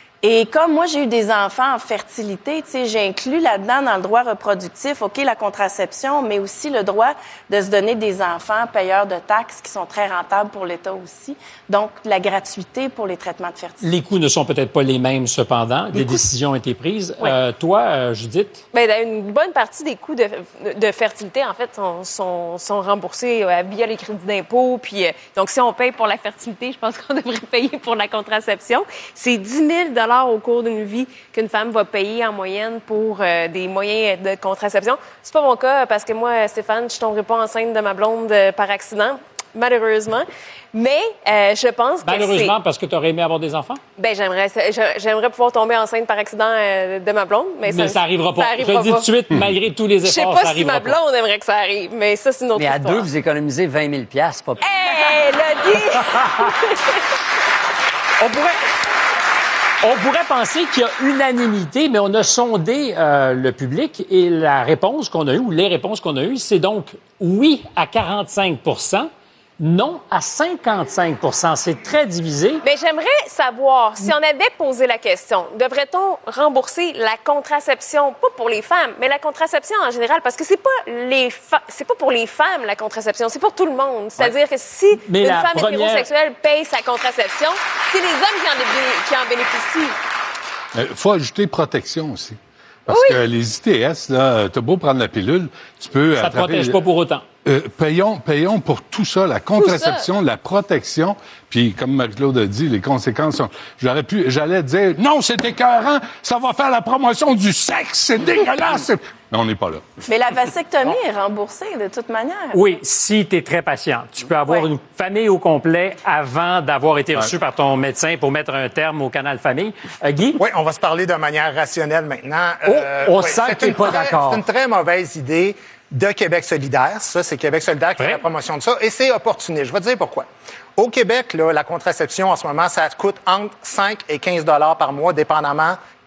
[SPEAKER 7] Et comme moi, j'ai eu des enfants en fertilité, tu sais, j'ai inclus là-dedans, dans le droit reproductif, OK, la contraception, mais aussi le droit de se donner des enfants payeurs de taxes qui sont très rentables pour l'État aussi. Donc, la gratuité pour les traitements de fertilité.
[SPEAKER 2] Les coûts ne sont peut-être pas les mêmes, cependant. Les des coûts... décisions ont été prises.
[SPEAKER 7] Oui.
[SPEAKER 2] Euh, toi, euh, Judith?
[SPEAKER 6] Bien, une bonne partie des coûts de, de fertilité, en fait, sont, sont, sont remboursés euh, via les crédits d'impôt. Puis, euh, donc, si on paye pour la fertilité, je pense qu'on devrait payer pour la contraception. C'est dix mille au cours d'une vie qu'une femme va payer en moyenne pour euh, des moyens de contraception. C'est pas mon cas parce que moi, Stéphane, je tomberai pas enceinte de ma blonde euh, par accident, malheureusement. Mais euh, je pense que
[SPEAKER 2] Malheureusement,
[SPEAKER 6] c'est...
[SPEAKER 2] parce que tu aurais aimé avoir des enfants?
[SPEAKER 6] Ben j'aimerais, j'aimerais pouvoir tomber enceinte par accident euh, de ma blonde, mais,
[SPEAKER 2] mais
[SPEAKER 6] ça,
[SPEAKER 2] ça arrivera pas.
[SPEAKER 6] Ça arrivera
[SPEAKER 2] je dis tout de suite, malgré tous les efforts, ça
[SPEAKER 6] arrivera pas. Je sais pas si ma blonde
[SPEAKER 2] pas.
[SPEAKER 6] aimerait que ça arrive, mais ça c'est une autre
[SPEAKER 8] mais
[SPEAKER 6] histoire.
[SPEAKER 8] Mais à deux, vous économisez vingt mille piastres, pas plus.
[SPEAKER 6] Hey, l'a dit.
[SPEAKER 2] On pourrait... On pourrait penser qu'il y a unanimité, mais on a sondé euh, le public et la réponse qu'on a eue, ou les réponses qu'on a eues, c'est donc oui à quarante-cinq pour cent, non à cinquante-cinq pour cent. C'est très divisé.
[SPEAKER 6] Mais j'aimerais savoir, si on avait posé la question, devrait-on rembourser la contraception, pas pour les femmes, mais la contraception en général, parce que c'est pas les fa- c'est pas pour les femmes la contraception, c'est pour tout le monde. C'est-à-dire ouais. que si
[SPEAKER 2] mais
[SPEAKER 6] une femme
[SPEAKER 2] première...
[SPEAKER 6] hétérosexuelle paye sa contraception, c'est les hommes qui en, bé- qui en bénéficient.
[SPEAKER 4] Il euh, faut ajouter protection aussi. Parce
[SPEAKER 6] oui.
[SPEAKER 4] que les I T S, là, t'as beau prendre la pilule, tu peux...
[SPEAKER 2] Ça ne te protège pas pour autant.
[SPEAKER 4] Euh, payons, payons pour tout ça, la contraception, la protection, puis comme Marie-Claude a dit, les conséquences sont... J'aurais pu, j'allais dire, non, c'est écœurant, ça va faire la promotion du sexe, c'est dégueulasse. Mais on n'est pas là.
[SPEAKER 7] Mais la vasectomie est remboursée de toute manière.
[SPEAKER 2] Oui, si tu es très patient. Tu peux avoir ouais. une famille au complet avant d'avoir été reçu ouais. par ton médecin pour mettre un terme au canal famille. Euh, Guy?
[SPEAKER 5] Oui, on va se parler de manière rationnelle maintenant.
[SPEAKER 2] Oh, euh, on ouais, sent que tu n'es pas d'accord.
[SPEAKER 5] C'est une très mauvaise idée de Québec solidaire. Ça, c'est Québec solidaire qui ouais. fait la promotion de ça. Et c'est opportuniste. Je vais te dire pourquoi. Au Québec, là, la contraception, en ce moment, ça coûte entre cinq et quinze dollars par mois, dépendamment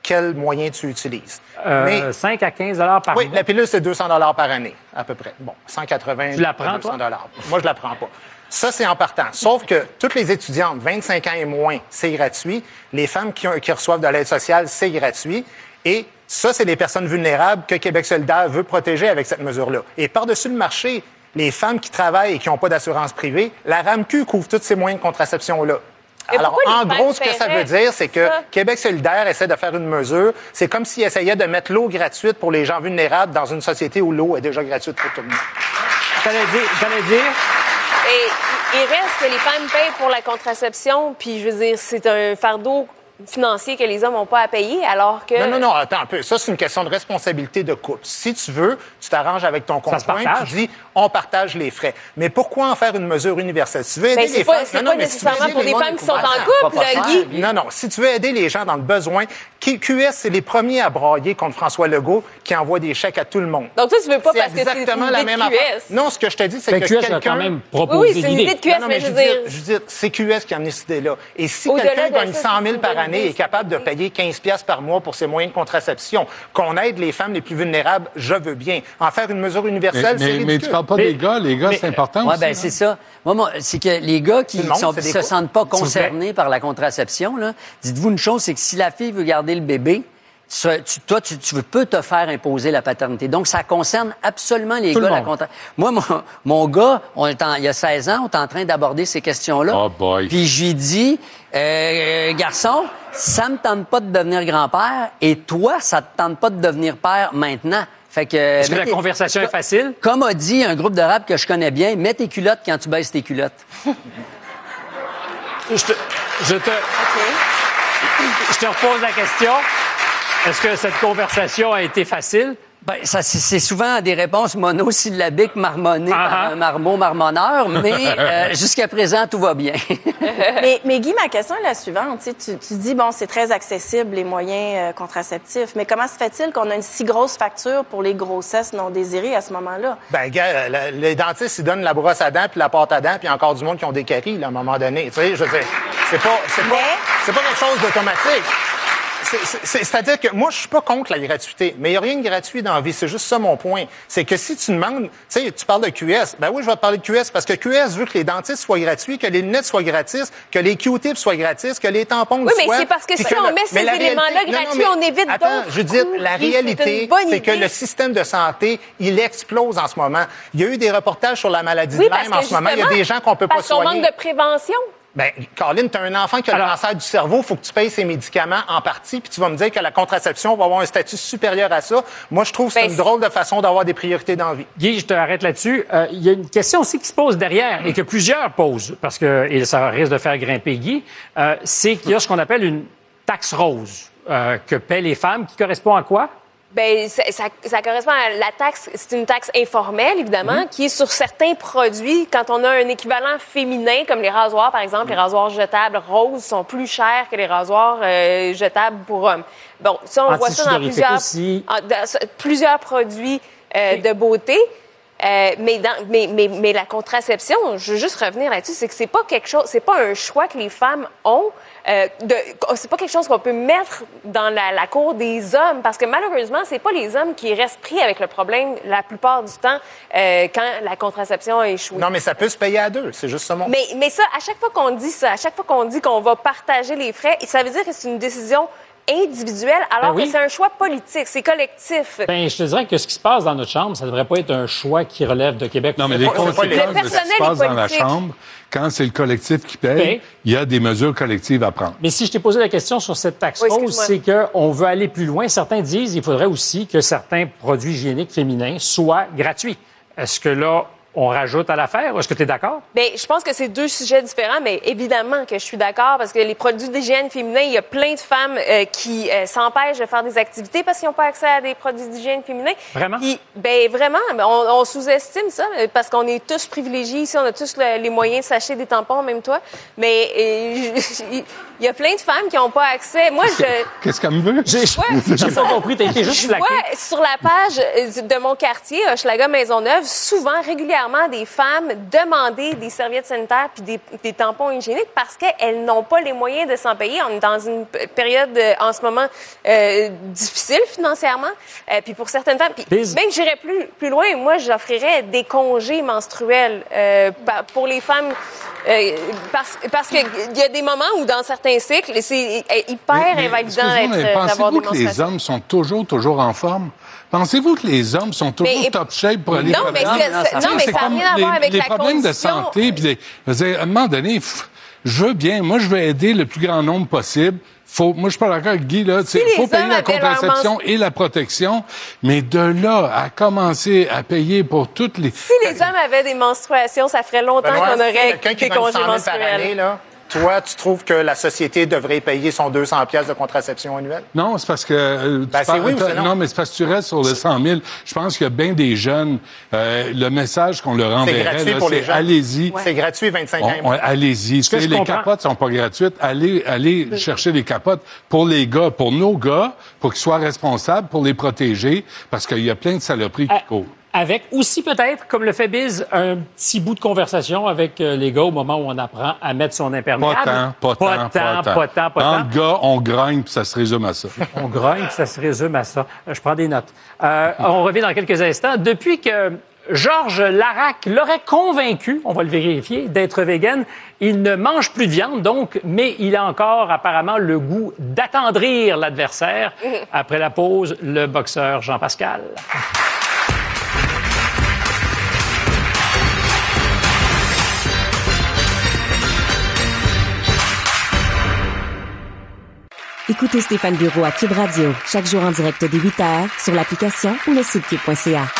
[SPEAKER 5] quel moyen tu utilises.
[SPEAKER 2] Euh,
[SPEAKER 5] Mais,
[SPEAKER 2] cinq à quinze dollars par
[SPEAKER 5] oui,
[SPEAKER 2] mois?
[SPEAKER 5] la pilule, c'est deux cents dollars par année, à peu près. Bon, cent quatre-vingts
[SPEAKER 2] Tu la prends,
[SPEAKER 5] deux cents
[SPEAKER 2] toi?
[SPEAKER 5] Moi, je la prends pas. Ça, c'est en partant. Sauf que toutes les étudiantes, vingt-cinq ans et moins, c'est gratuit. Les femmes qui, ont, qui reçoivent de l'aide sociale, c'est gratuit. Et ça, c'est les personnes vulnérables que Québec solidaire veut protéger avec cette mesure-là. Et par-dessus le marché, les femmes qui travaillent et qui n'ont pas d'assurance privée, la RAMQ couvre tous ces moyens de contraception-là.
[SPEAKER 6] Et
[SPEAKER 5] Alors, en gros, ce que ça veut dire, c'est que
[SPEAKER 6] ça?
[SPEAKER 5] Québec solidaire essaie de faire une mesure. C'est comme s'il essayait de mettre l'eau gratuite pour les gens vulnérables dans une société où l'eau est déjà gratuite pour tout le monde.
[SPEAKER 2] T'allais dire... T'allais dire...
[SPEAKER 6] Et il reste que les femmes payent pour la contraception, puis je veux dire, c'est un fardeau financier que les hommes n'ont pas à payer, alors que...
[SPEAKER 5] Non, non, non, attends un peu. Ça, c'est une question de responsabilité de couple. Si tu veux, tu t'arranges avec ton
[SPEAKER 2] Ça se
[SPEAKER 5] conjoint,
[SPEAKER 2] partage.
[SPEAKER 5] tu dis, on partage les frais. Mais pourquoi en faire une mesure universelle? Si tu veux aider
[SPEAKER 6] Ben,
[SPEAKER 5] les
[SPEAKER 6] c'est pas,
[SPEAKER 5] femmes...
[SPEAKER 6] c'est
[SPEAKER 5] Non,
[SPEAKER 6] pas
[SPEAKER 5] non, mais si tu veux
[SPEAKER 6] nécessairement
[SPEAKER 5] aider
[SPEAKER 6] pour
[SPEAKER 5] les
[SPEAKER 6] des
[SPEAKER 5] gens-
[SPEAKER 6] femmes qui sont en
[SPEAKER 5] Attends,
[SPEAKER 6] couple, là, Guy.
[SPEAKER 5] Non, non. Si tu veux aider les gens dans le besoin, Q S, c'est les premiers à brailler contre François Legault qui envoie des chèques à tout le monde.
[SPEAKER 6] Donc toi, tu veux pas
[SPEAKER 5] C'est
[SPEAKER 6] parce que c'est
[SPEAKER 5] exactement
[SPEAKER 6] une
[SPEAKER 5] la
[SPEAKER 6] idée de
[SPEAKER 5] même
[SPEAKER 6] Q S.
[SPEAKER 5] affaire. Non, ce que je te dis, c'est
[SPEAKER 2] Ben,
[SPEAKER 5] que
[SPEAKER 2] Q S a
[SPEAKER 5] quelqu'un...
[SPEAKER 2] quand même
[SPEAKER 6] Oui,
[SPEAKER 2] proposé
[SPEAKER 6] oui, c'est une
[SPEAKER 2] l'idée.
[SPEAKER 6] idée de Q S,
[SPEAKER 5] Non, non,
[SPEAKER 6] mais
[SPEAKER 5] mais
[SPEAKER 6] je
[SPEAKER 5] je
[SPEAKER 6] veux
[SPEAKER 5] veux
[SPEAKER 6] dire...
[SPEAKER 5] dire, je veux dire, c'est Q S qui a amené cette idée-là. Et si
[SPEAKER 6] Au-delà
[SPEAKER 5] quelqu'un
[SPEAKER 6] de
[SPEAKER 5] gagne
[SPEAKER 6] ça,
[SPEAKER 5] cent
[SPEAKER 6] c'est
[SPEAKER 5] mille
[SPEAKER 6] une
[SPEAKER 5] par
[SPEAKER 6] bonne
[SPEAKER 5] année
[SPEAKER 6] idée,
[SPEAKER 5] et est capable de
[SPEAKER 6] c'est une
[SPEAKER 5] payer quinze piastres par mois pour ses moyens de contraception, qu'on aide les femmes les plus vulnérables, je veux bien. En faire une mesure
[SPEAKER 4] Mais,
[SPEAKER 5] universelle, c'est
[SPEAKER 4] mais,
[SPEAKER 5] ridicule.
[SPEAKER 4] mais tu parles pas
[SPEAKER 2] Mais-
[SPEAKER 4] des gars. Les gars,
[SPEAKER 2] mais-
[SPEAKER 4] c'est important
[SPEAKER 8] Oui,
[SPEAKER 4] aussi.
[SPEAKER 8] ben
[SPEAKER 4] hein?
[SPEAKER 8] c'est ça. Moi, moi, c'est que les gars qui
[SPEAKER 5] Tout le monde,
[SPEAKER 8] sont,
[SPEAKER 5] c'est des
[SPEAKER 8] se
[SPEAKER 5] couples.
[SPEAKER 8] sentent pas
[SPEAKER 2] vous plaît.
[SPEAKER 8] concernés par la contraception, là, dites-vous une chose, c'est que si la fille veut garder le bébé, tu, tu- toi, tu, tu peux te faire imposer la paternité. Donc, ça concerne absolument les
[SPEAKER 2] Tout le
[SPEAKER 8] gars. La
[SPEAKER 2] monde.
[SPEAKER 8] contra... Moi, mon, mon gars, on est en- il y a seize ans, on est en train d'aborder ces questions-là.
[SPEAKER 4] Oh boy.
[SPEAKER 8] Puis je lui dis, euh, garçon, ça me tente pas de devenir grand-père, et toi, ça te tente pas de devenir père maintenant. Fait que,
[SPEAKER 2] Est-ce que
[SPEAKER 8] mets
[SPEAKER 2] la
[SPEAKER 8] tes-
[SPEAKER 2] conversation est facile?
[SPEAKER 8] Comme a dit un groupe de rap que je connais bien, mets tes culottes quand tu baisses tes culottes.
[SPEAKER 2] Je te, je te, je te repose la question. Est-ce que cette conversation a été facile?
[SPEAKER 8] Ben, ça, c'est c'est souvent des réponses monosyllabiques marmonnées
[SPEAKER 2] Ah,
[SPEAKER 8] par
[SPEAKER 2] ah.
[SPEAKER 8] un marmot marmonneur, mais euh, jusqu'à présent, tout va bien.
[SPEAKER 7] mais, mais Guy, ma question est la suivante. Tu, sais, tu, tu dis, bon, c'est très accessible, les moyens euh, contraceptifs, mais comment se fait-il qu'on a une si grosse facture pour les grossesses non désirées à ce moment-là?
[SPEAKER 5] Ben, gars, le- les dentistes, ils donnent la brosse à dents puis la pâte à dents, puis il y a encore du monde qui ont des caries, là, à un moment donné. Tu sais, je veux dire, c'est pas, c'est pas,
[SPEAKER 7] Mais-
[SPEAKER 5] c'est pas quelque chose d'automatique. C'est- c'est- c'est- C'est-à-dire que moi, je suis pas contre la gratuité, mais il n'y a rien de gratuit dans la vie. C'est juste ça mon point. C'est que si tu demandes, tu sais, tu parles de Q S, ben oui, je vais te parler de Q S parce que Q S veut que les dentistes soient gratuits, que les lunettes soient gratis, que les Q-tips soient gratis, que les tampons
[SPEAKER 6] Oui, mais
[SPEAKER 5] soient.
[SPEAKER 6] c'est parce que
[SPEAKER 5] puis
[SPEAKER 6] si on
[SPEAKER 5] le-
[SPEAKER 6] met ces
[SPEAKER 5] mais la
[SPEAKER 6] éléments-là
[SPEAKER 5] réalité- non, non,
[SPEAKER 6] gratuits,
[SPEAKER 5] mais
[SPEAKER 6] on évite
[SPEAKER 5] attends,
[SPEAKER 6] d'autres
[SPEAKER 5] je veux dire,
[SPEAKER 6] coûts,
[SPEAKER 5] la
[SPEAKER 6] puis c'est
[SPEAKER 5] réalité,
[SPEAKER 6] une bonne
[SPEAKER 5] c'est que
[SPEAKER 6] idée.
[SPEAKER 5] le système de santé, il explose en ce moment. Il y a eu des reportages sur la maladie
[SPEAKER 6] Oui,
[SPEAKER 5] de
[SPEAKER 6] parce
[SPEAKER 5] Lyme
[SPEAKER 6] que
[SPEAKER 5] en ce moment. Il y a
[SPEAKER 6] justement,
[SPEAKER 5] des gens qu'on peut pas
[SPEAKER 6] parce qu'on
[SPEAKER 5] soigner.
[SPEAKER 6] manque de prévention.
[SPEAKER 5] Ben, Caroline, tu as un enfant qui a
[SPEAKER 2] Alors-
[SPEAKER 5] le cancer du cerveau, il faut que tu payes ses médicaments en partie, puis tu vas me dire que la contraception va avoir un statut supérieur à ça. Moi, je trouve que c'est
[SPEAKER 6] Ben,
[SPEAKER 5] une drôle de façon d'avoir des priorités dans la vie.
[SPEAKER 2] Guy, je te arrête là-dessus. Euh, Il y a une question aussi qui se pose derrière et que plusieurs posent, parce que et ça risque de faire grimper Guy, euh, c'est qu'il y a ce qu'on appelle une taxe rose euh, que paient les femmes, qui correspond à quoi?
[SPEAKER 6] Ben, ça, ça, ça correspond à la taxe. C'est une taxe informelle, évidemment, qui est sur certains produits. Quand on a un équivalent féminin, comme les rasoirs, par exemple, les rasoirs jetables roses sont plus chers que les rasoirs euh, jetables pour hommes. Bon, ça, on voit ça dans
[SPEAKER 2] Antisudorifique
[SPEAKER 6] plusieurs,
[SPEAKER 2] aussi.
[SPEAKER 6] en- dans- plusieurs produits euh, de beauté. Euh, mais, dans, mais, mais, mais la contraception, je veux juste revenir là-dessus, c'est que c'est pas quelque chose, c'est pas un choix que les femmes ont. Euh, de, c'est pas quelque chose qu'on peut mettre dans la, la cour des hommes, parce que malheureusement, c'est pas les hommes qui restent pris avec le problème la plupart du temps euh, quand la contraception a échoué.
[SPEAKER 5] Non, mais ça peut se payer à deux, c'est juste ça mon...
[SPEAKER 6] Mais, mais ça, à chaque fois qu'on dit ça, à chaque fois qu'on dit qu'on va partager les frais, ça veut dire que c'est une décision individuelle, alors
[SPEAKER 2] Ben oui.
[SPEAKER 6] que c'est un choix politique, c'est collectif.
[SPEAKER 2] Ben, je te dirais que ce qui se passe dans notre chambre, ça devrait pas être un choix qui relève de Québec.
[SPEAKER 4] Non, mais
[SPEAKER 5] C'est
[SPEAKER 4] les
[SPEAKER 5] pas- c'est pas les-
[SPEAKER 4] conséquences
[SPEAKER 6] Le
[SPEAKER 4] de ce qui
[SPEAKER 6] personnel
[SPEAKER 4] se passe
[SPEAKER 6] est
[SPEAKER 4] dans la
[SPEAKER 6] politique.
[SPEAKER 4] Chambre, quand c'est le collectif qui paye,
[SPEAKER 2] Paye.
[SPEAKER 4] il y a des mesures collectives à prendre.
[SPEAKER 2] Mais si je t'ai posé la question sur cette taxe
[SPEAKER 6] Oui,
[SPEAKER 2] rose,
[SPEAKER 6] excuse-moi.
[SPEAKER 2] c'est qu'on veut aller plus loin. Certains disent qu'il faudrait aussi que certains produits hygiéniques féminins soient gratuits. Est-ce que là, on rajoute à l'affaire? Est-ce que tu es d'accord?
[SPEAKER 6] Bien, je pense que c'est deux sujets différents, mais évidemment que je suis d'accord parce que les produits d'hygiène féminin, il y a plein de femmes euh, qui euh, s'empêchent de faire des activités parce qu'ils n'ont pas accès à des produits d'hygiène féminin.
[SPEAKER 2] Vraiment?
[SPEAKER 6] Puis, ben vraiment, ben, on, on sous-estime ça euh, parce qu'on est tous privilégiés ici, on a tous le- les moyens de s'acheter des tampons, même toi. Mais euh, il y a plein de femmes qui n'ont pas accès. Moi, je...
[SPEAKER 4] Qu'est-ce qu'elle me veut?
[SPEAKER 2] J'ai
[SPEAKER 6] Ouais.
[SPEAKER 2] j'ai pas compris. T'as été juste
[SPEAKER 6] Je
[SPEAKER 2] flaqué.
[SPEAKER 6] vois sur la page euh, de mon quartier, Hochelaga Maisonneuve, souvent, régulièrement, régulièrement des femmes demander des serviettes sanitaires puis des, des tampons hygiéniques parce qu'elles n'ont pas les moyens de s'en payer. On est dans une période euh, en ce moment euh, difficile financièrement. Euh, puis pour certaines femmes, puis même j'irais plus plus loin. Moi, j'offrirais des congés menstruels euh, pour les femmes. Euh, parce parce qu'il y a des moments où, dans certains cycles, c'est hyper mais, mais, invalidant d'être, d'avoir des menstruations. Pensez-vous que
[SPEAKER 4] les hommes sont toujours, toujours en forme? Pensez-vous que les hommes sont toujours
[SPEAKER 6] mais,
[SPEAKER 4] top shape pour aller...
[SPEAKER 6] Non, mais, non, c'est, non, mais ça n'a rien à voir avec
[SPEAKER 4] les
[SPEAKER 6] la
[SPEAKER 4] problèmes
[SPEAKER 6] condition.
[SPEAKER 4] de santé. Puis les, à un moment donné, pff, je veux bien, moi, je veux aider le plus grand nombre possible. Faut, moi, je suis pas d'accord avec Guy, là. Il si faut payer la contraception et la protection, mais de là à commencer à payer pour toutes les...
[SPEAKER 6] Si les hommes avaient des menstruations, ça ferait longtemps ben, qu'on aurait des congés menstruels.
[SPEAKER 5] Toi, tu trouves que la société devrait payer son deux cents piastres de contraception annuelle?
[SPEAKER 4] Non, c'est parce que... Euh,
[SPEAKER 5] ben, c'est
[SPEAKER 4] parles,
[SPEAKER 5] oui ou c'est non?
[SPEAKER 4] Non, mais c'est parce que tu restes sur le cent mille. Je pense qu'il y a bien des jeunes... Euh, le message qu'on leur enverrait,
[SPEAKER 5] c'est gratuit
[SPEAKER 4] là,
[SPEAKER 5] pour
[SPEAKER 4] c'est
[SPEAKER 5] les jeunes.
[SPEAKER 4] Allez-y.
[SPEAKER 5] Ouais. C'est gratuit, vingt-cinq ans.
[SPEAKER 4] On, on, allez-y. Les comprends... capotes sont pas gratuites. Allez, allez oui. chercher les capotes pour les gars, pour nos gars, pour qu'ils soient responsables, pour les protéger, parce qu'il y a plein de saloperies qui courent.
[SPEAKER 2] Avec aussi peut-être, comme le fait Biz, un petit bout de conversation avec euh, les gars au moment où on apprend à mettre son imperméable.
[SPEAKER 4] Pas tant, pas tant,
[SPEAKER 2] pas tant, pas tant, pas tant.
[SPEAKER 4] Entre gars, on grogne puis ça se résume à ça.
[SPEAKER 2] On grogne puis ça se résume à ça. Je prends des notes. Euh, on revient dans quelques instants. Depuis que Georges Larac l'aurait convaincu, on va le vérifier, d'être vegan, il ne mange plus de viande, donc, mais il a encore apparemment le goût d'attendrir l'adversaire. Après la pause, le boxeur Jean Pascal.
[SPEAKER 9] Écoutez Stéphane Bureau à Cube Radio, chaque jour en direct dès huit heures sur l'application ou le site cube point c a.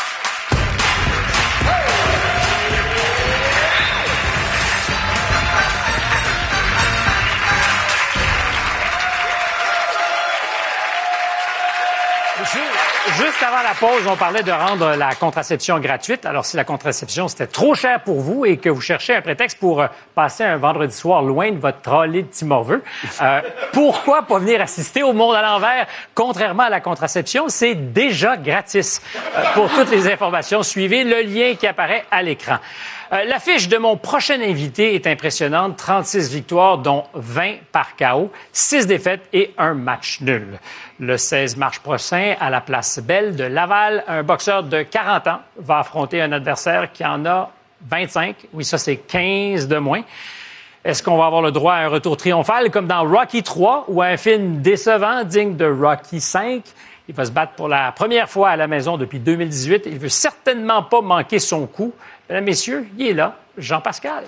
[SPEAKER 2] Juste avant la pause, on parlait de rendre la contraception gratuite. Alors, si la contraception, c'était trop cher pour vous et que vous cherchez un prétexte pour euh, passer un vendredi soir loin de votre trolley de petits morveux, euh, pourquoi pas venir assister au monde à l'envers? Contrairement à la contraception, c'est déjà gratis. Euh, pour toutes les informations, suivez le lien qui apparaît à l'écran. Euh, l'affiche de mon prochain invité est impressionnante. trente-six victoires, dont vingt par K O, six défaites et un match nul. Le seize mars prochain, à la place Belle de Laval, un boxeur de quarante ans va affronter un adversaire qui en a vingt-cinq. Oui, ça, c'est quinze de moins. Est-ce qu'on va avoir le droit à un retour triomphal comme dans Rocky trois ou à un film décevant digne de Rocky cinq? Il va se battre pour la première fois à la maison depuis deux mille dix-huit. Il ne veut certainement pas manquer son coup. Mesdames, Messieurs, il est là, Jean Pascal.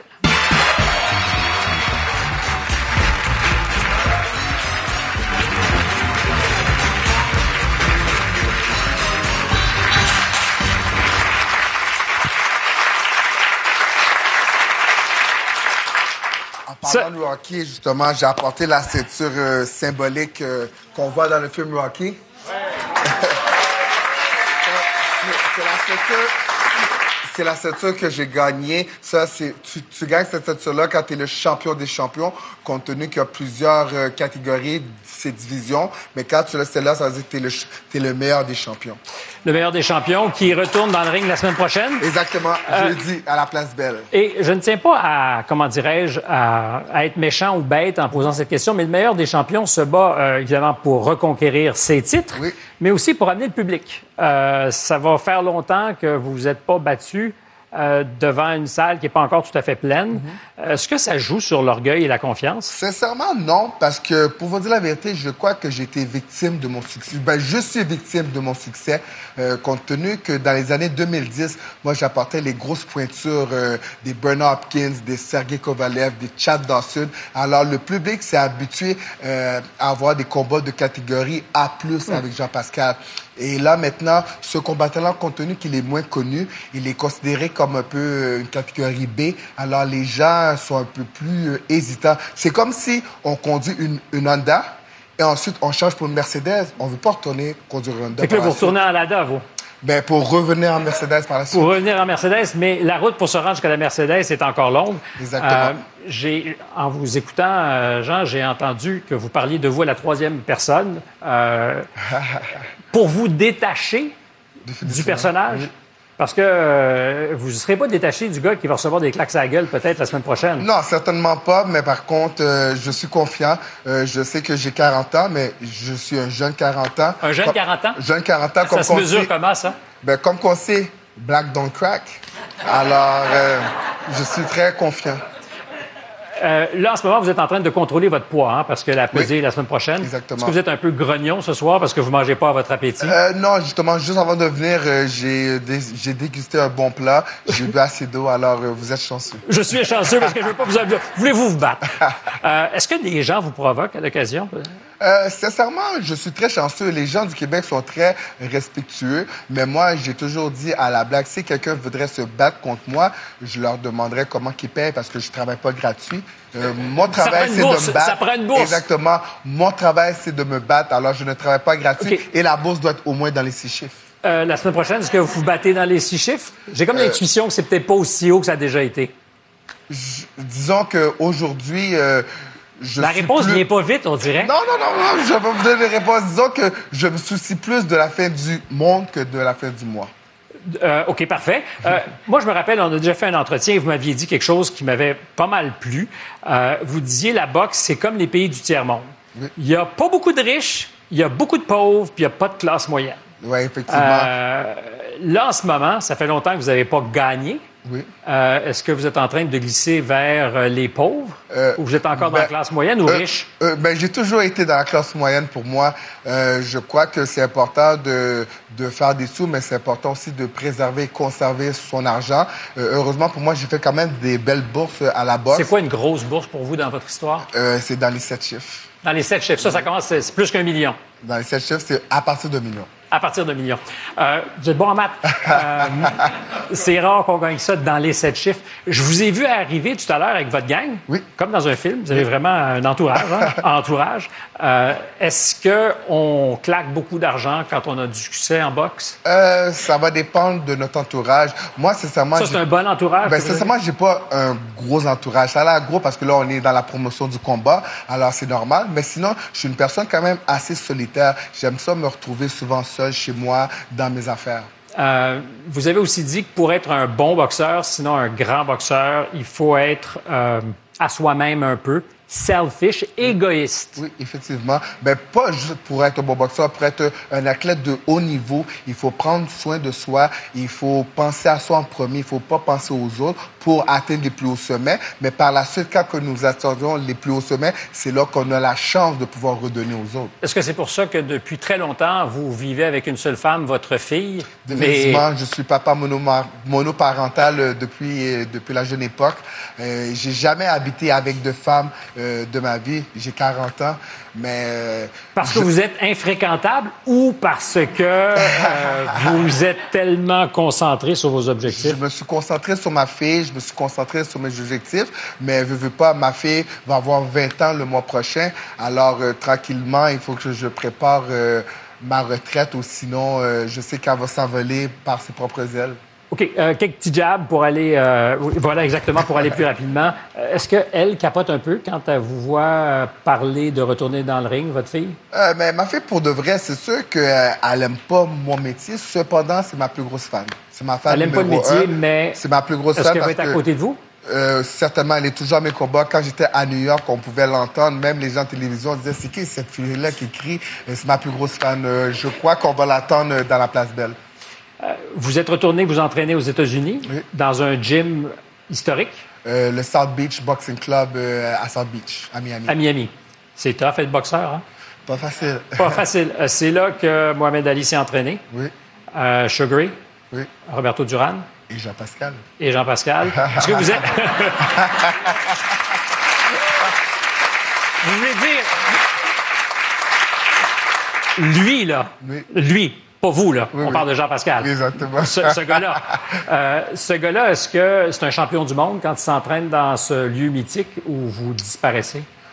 [SPEAKER 10] En parlant de Rocky, justement, j'ai apporté la ceinture euh, symbolique euh, qu'on voit dans le film Rocky. Ouais. c'est la ceinture... C'est la ceinture que j'ai gagnée. Ça, c'est, tu, tu gagnes cette ceinture-là quand tu es le champion des champions, compte tenu qu'il y a plusieurs euh, catégories, ces divisions. Mais quand tu l'as celle-là, ça veut dire que tu es le, t'es le meilleur des champions.
[SPEAKER 2] Le meilleur des champions qui retourne dans le ring la semaine prochaine.
[SPEAKER 10] Exactement.
[SPEAKER 2] Euh,
[SPEAKER 10] jeudi, à la Place Belle.
[SPEAKER 2] Et je ne tiens pas à, comment dirais-je, à, à être méchant ou bête en posant cette question, mais le meilleur des champions se bat, euh, évidemment, pour reconquérir ses titres, oui. mais aussi pour amener le public. Euh, ça va faire longtemps que vous vous êtes pas battu euh, devant une salle qui n'est pas encore tout à fait pleine. Mm-hmm. Est-ce que ça joue sur l'orgueil et la confiance?
[SPEAKER 10] Sincèrement, non, parce que, pour vous dire la vérité, je crois que j'ai été victime de mon succès. Ben, je suis victime de mon succès, euh, compte tenu que dans les années deux mille dix, moi, j'apportais les grosses pointures euh, des Bernard Hopkins, des Sergey Kovalev, des Chad Dawson. Alors, le public s'est habitué euh, à avoir des combats de catégorie A plus, mm. avec Jean Pascal. Et là, maintenant, ce combattant-là, compte tenu qu'il est moins connu, il est considéré comme un peu une catégorie B. Alors, les gens sont un peu plus euh, hésitants. C'est comme si on conduit une, une Honda et ensuite on change pour une Mercedes. On ne veut pas retourner conduire une Honda.
[SPEAKER 2] C'est que là, vous retournez en Lada, vous?
[SPEAKER 10] Ben, pour revenir en Mercedes par la suite.
[SPEAKER 2] Pour revenir en Mercedes, mais la route pour se rendre jusqu'à la Mercedes est encore longue.
[SPEAKER 10] Exactement.
[SPEAKER 2] Euh, j'ai, en vous écoutant, euh, Jean, j'ai entendu que vous parliez de vous à la troisième personne. Euh, pour vous détacher du personnage? Parce que euh, vous ne serez pas détaché du gars qui va recevoir des claques à la gueule peut-être la semaine prochaine.
[SPEAKER 10] Non, certainement pas, mais par contre, euh, je suis confiant. Euh, je sais que j'ai quarante ans, mais je suis un jeune quarante ans.
[SPEAKER 2] Un jeune
[SPEAKER 10] comme,
[SPEAKER 2] quarante ans?
[SPEAKER 10] Jeune quarante ans,
[SPEAKER 2] ça
[SPEAKER 10] comme
[SPEAKER 2] se
[SPEAKER 10] qu'on
[SPEAKER 2] mesure
[SPEAKER 10] sait,
[SPEAKER 2] comment, ça?
[SPEAKER 10] Ben, comme qu'on sait, black don't crack. Alors, euh, je suis très confiant.
[SPEAKER 2] Euh, là, en ce moment, vous êtes en train de contrôler votre poids, hein, parce que la pesée
[SPEAKER 10] oui,
[SPEAKER 2] est la semaine prochaine.
[SPEAKER 10] Exactement.
[SPEAKER 2] Est-ce que vous êtes un peu grognon ce soir parce que vous ne mangez pas à votre appétit?
[SPEAKER 10] Euh, non, justement, juste avant de venir, euh, j'ai, dé- j'ai dégusté un bon plat. J'ai bu assez d'eau, alors euh, vous êtes chanceux.
[SPEAKER 2] Je suis chanceux parce que je ne veux pas vous abuser. Voulez-vous vous battre? Euh, est-ce que les gens vous provoquent à l'occasion?
[SPEAKER 10] Euh, sincèrement, je suis très chanceux. Les gens du Québec sont très respectueux. Mais moi, j'ai toujours dit à la blague, si quelqu'un voudrait se battre contre moi, je leur demanderais comment ils payent parce que je travaille pas gratuit. Euh, mon travail, c'est
[SPEAKER 2] bourse,
[SPEAKER 10] de me battre.
[SPEAKER 2] Ça prend une bourse.
[SPEAKER 10] Exactement. Mon travail, c'est de me battre. Alors, je ne travaille pas gratuit.
[SPEAKER 2] Okay.
[SPEAKER 10] Et la bourse doit être au moins dans les six chiffres.
[SPEAKER 2] Euh, la semaine prochaine, est-ce que vous vous battez dans les six chiffres? J'ai comme euh, l'intuition que c'est peut-être pas aussi haut que ça a déjà été.
[SPEAKER 10] Je, disons qu'aujourd'hui... Euh, Je
[SPEAKER 2] la réponse
[SPEAKER 10] plus...
[SPEAKER 2] vient pas vite, on dirait.
[SPEAKER 10] Non, non, non, non, je vais vous donner les réponses. Disons que je me soucie plus de la fin du monde que de la fin du mois.
[SPEAKER 2] Euh, OK, parfait. Euh, moi, je me rappelle, on a déjà fait un entretien et vous m'aviez dit quelque chose qui m'avait pas mal plu. Euh, vous disiez, la boxe, c'est comme les pays du tiers-monde. Oui. Il n'y a pas beaucoup de riches, il y a beaucoup de pauvres, puis il n'y a pas de classe moyenne.
[SPEAKER 10] Oui, effectivement.
[SPEAKER 2] Euh, là, en ce moment, ça fait longtemps que vous n'avez pas gagné.
[SPEAKER 10] Oui.
[SPEAKER 2] Euh, est-ce que vous êtes en train de glisser vers euh, les pauvres? Euh, ou vous êtes encore ben, dans la classe moyenne ou
[SPEAKER 10] euh,
[SPEAKER 2] riche?
[SPEAKER 10] Euh, ben, j'ai toujours été dans la classe moyenne pour moi. Euh, je crois que c'est important de, de faire des sous, mais c'est important aussi de préserver et conserver son argent. Euh, heureusement, pour moi, j'ai fait quand même des belles bourses à la boxe.
[SPEAKER 2] C'est quoi une grosse bourse pour vous dans votre histoire?
[SPEAKER 10] Euh, c'est dans les sept chiffres.
[SPEAKER 2] Dans les sept chiffres. Ça, ça commence, c'est, c'est plus qu'un million.
[SPEAKER 10] Dans les sept chiffres, c'est à partir d'un million.
[SPEAKER 2] À partir d'un million. Euh, vous êtes bon en maths. Euh, c'est rare qu'on gagne ça dans les sept chiffres. Je vous ai vu arriver tout à l'heure avec votre gang.
[SPEAKER 10] Oui.
[SPEAKER 2] Comme dans un film. Vous avez vraiment un entourage. Hein? entourage. Euh, est-ce qu'on claque beaucoup d'argent quand on a du succès en boxe?
[SPEAKER 10] Euh, ça va dépendre de notre entourage. Moi, sincèrement...
[SPEAKER 2] Ça, c'est un bon entourage?
[SPEAKER 10] Ben, sincèrement, j'ai pas un gros entourage. Ça a l'air gros parce que là, on est dans la promotion du combat. Alors, c'est normal. Mais sinon, je suis une personne quand même assez solitaire. J'aime ça me retrouver souvent seul chez moi, dans mes affaires.
[SPEAKER 2] Euh, vous avez aussi dit que pour être un bon boxeur, sinon un grand boxeur, il faut être euh, à soi-même un peu, selfish, égoïste.
[SPEAKER 10] Oui, effectivement. Ben, pas juste pour être un bon boxeur, pour être un athlète de haut niveau, il faut prendre soin de soi, il faut penser à soi en premier, il faut pas penser aux autres pour atteindre les plus hauts sommets. Mais par la suite, quand que nous atteignons les plus hauts sommets, c'est là qu'on a la chance de pouvoir redonner aux autres.
[SPEAKER 2] Est-ce que c'est pour ça que depuis très longtemps, vous vivez avec une seule femme, votre fille?
[SPEAKER 10] Définitivement, mais... je suis papa monoma- monoparental depuis, euh, depuis la jeune époque. Euh, j'ai jamais habité avec deux femmes euh, de ma vie. J'ai quarante ans, mais... Euh,
[SPEAKER 2] parce
[SPEAKER 10] je...
[SPEAKER 2] que vous êtes infréquentable ou parce que euh, vous êtes tellement concentré sur vos objectifs?
[SPEAKER 10] Je me suis concentré sur ma fille, je me suis concentré sur mes objectifs, mais veux, veux pas, ma fille va avoir vingt ans le mois prochain. Alors, euh, tranquillement, il faut que je prépare euh, ma retraite ou sinon, euh, je sais qu'elle va s'envoler par ses propres ailes.
[SPEAKER 2] OK. Euh, quelques petits jabs pour aller... Euh, voilà, exactement, pour aller plus rapidement. Euh, est-ce qu'elle capote un peu quand elle vous voit euh, parler de retourner dans le ring, votre fille?
[SPEAKER 10] Euh, mais ma fille, pour de vrai, c'est sûr qu'elle euh, n'aime pas mon métier. Cependant, c'est ma plus grosse fan. C'est ma fan
[SPEAKER 2] Elle n'aime pas le métier, un. mais...
[SPEAKER 10] C'est ma plus grosse
[SPEAKER 2] est-ce
[SPEAKER 10] fan.
[SPEAKER 2] Est-ce qu'elle va être à côté de vous?
[SPEAKER 10] Euh, certainement, elle est toujours à mes combats. Quand j'étais à New York, on pouvait l'entendre. Même les gens de télévision disaient, c'est qui cette fille-là qui crie? C'est ma plus grosse fan. Euh, je crois qu'on va l'attendre dans la Place Belle.
[SPEAKER 2] Euh, vous êtes retourné vous entraîner aux États-Unis, oui. dans un gym historique?
[SPEAKER 10] Euh, le South Beach Boxing Club euh, à South Beach, à Miami.
[SPEAKER 2] À Miami. C'est tough être boxeur, hein?
[SPEAKER 10] Pas facile.
[SPEAKER 2] Pas facile. Euh, c'est là que Mohamed Ali s'est entraîné.
[SPEAKER 10] Oui.
[SPEAKER 2] Euh, Sugar
[SPEAKER 10] Oui.
[SPEAKER 2] Roberto Duran.
[SPEAKER 10] Et Jean-Pascal.
[SPEAKER 2] Et Jean-Pascal. Est-ce que vous êtes... vous voulez dire... Lui, là.
[SPEAKER 10] Oui.
[SPEAKER 2] Lui. Pas vous, là.
[SPEAKER 10] Oui,
[SPEAKER 2] On
[SPEAKER 10] oui.
[SPEAKER 2] parle de Jean-Pascal.
[SPEAKER 10] Exactement.
[SPEAKER 2] Ce, ce gars-là. Euh, ce gars-là, est-ce que c'est un champion du monde quand il s'entraîne dans ce lieu mythique où vous disparaissez?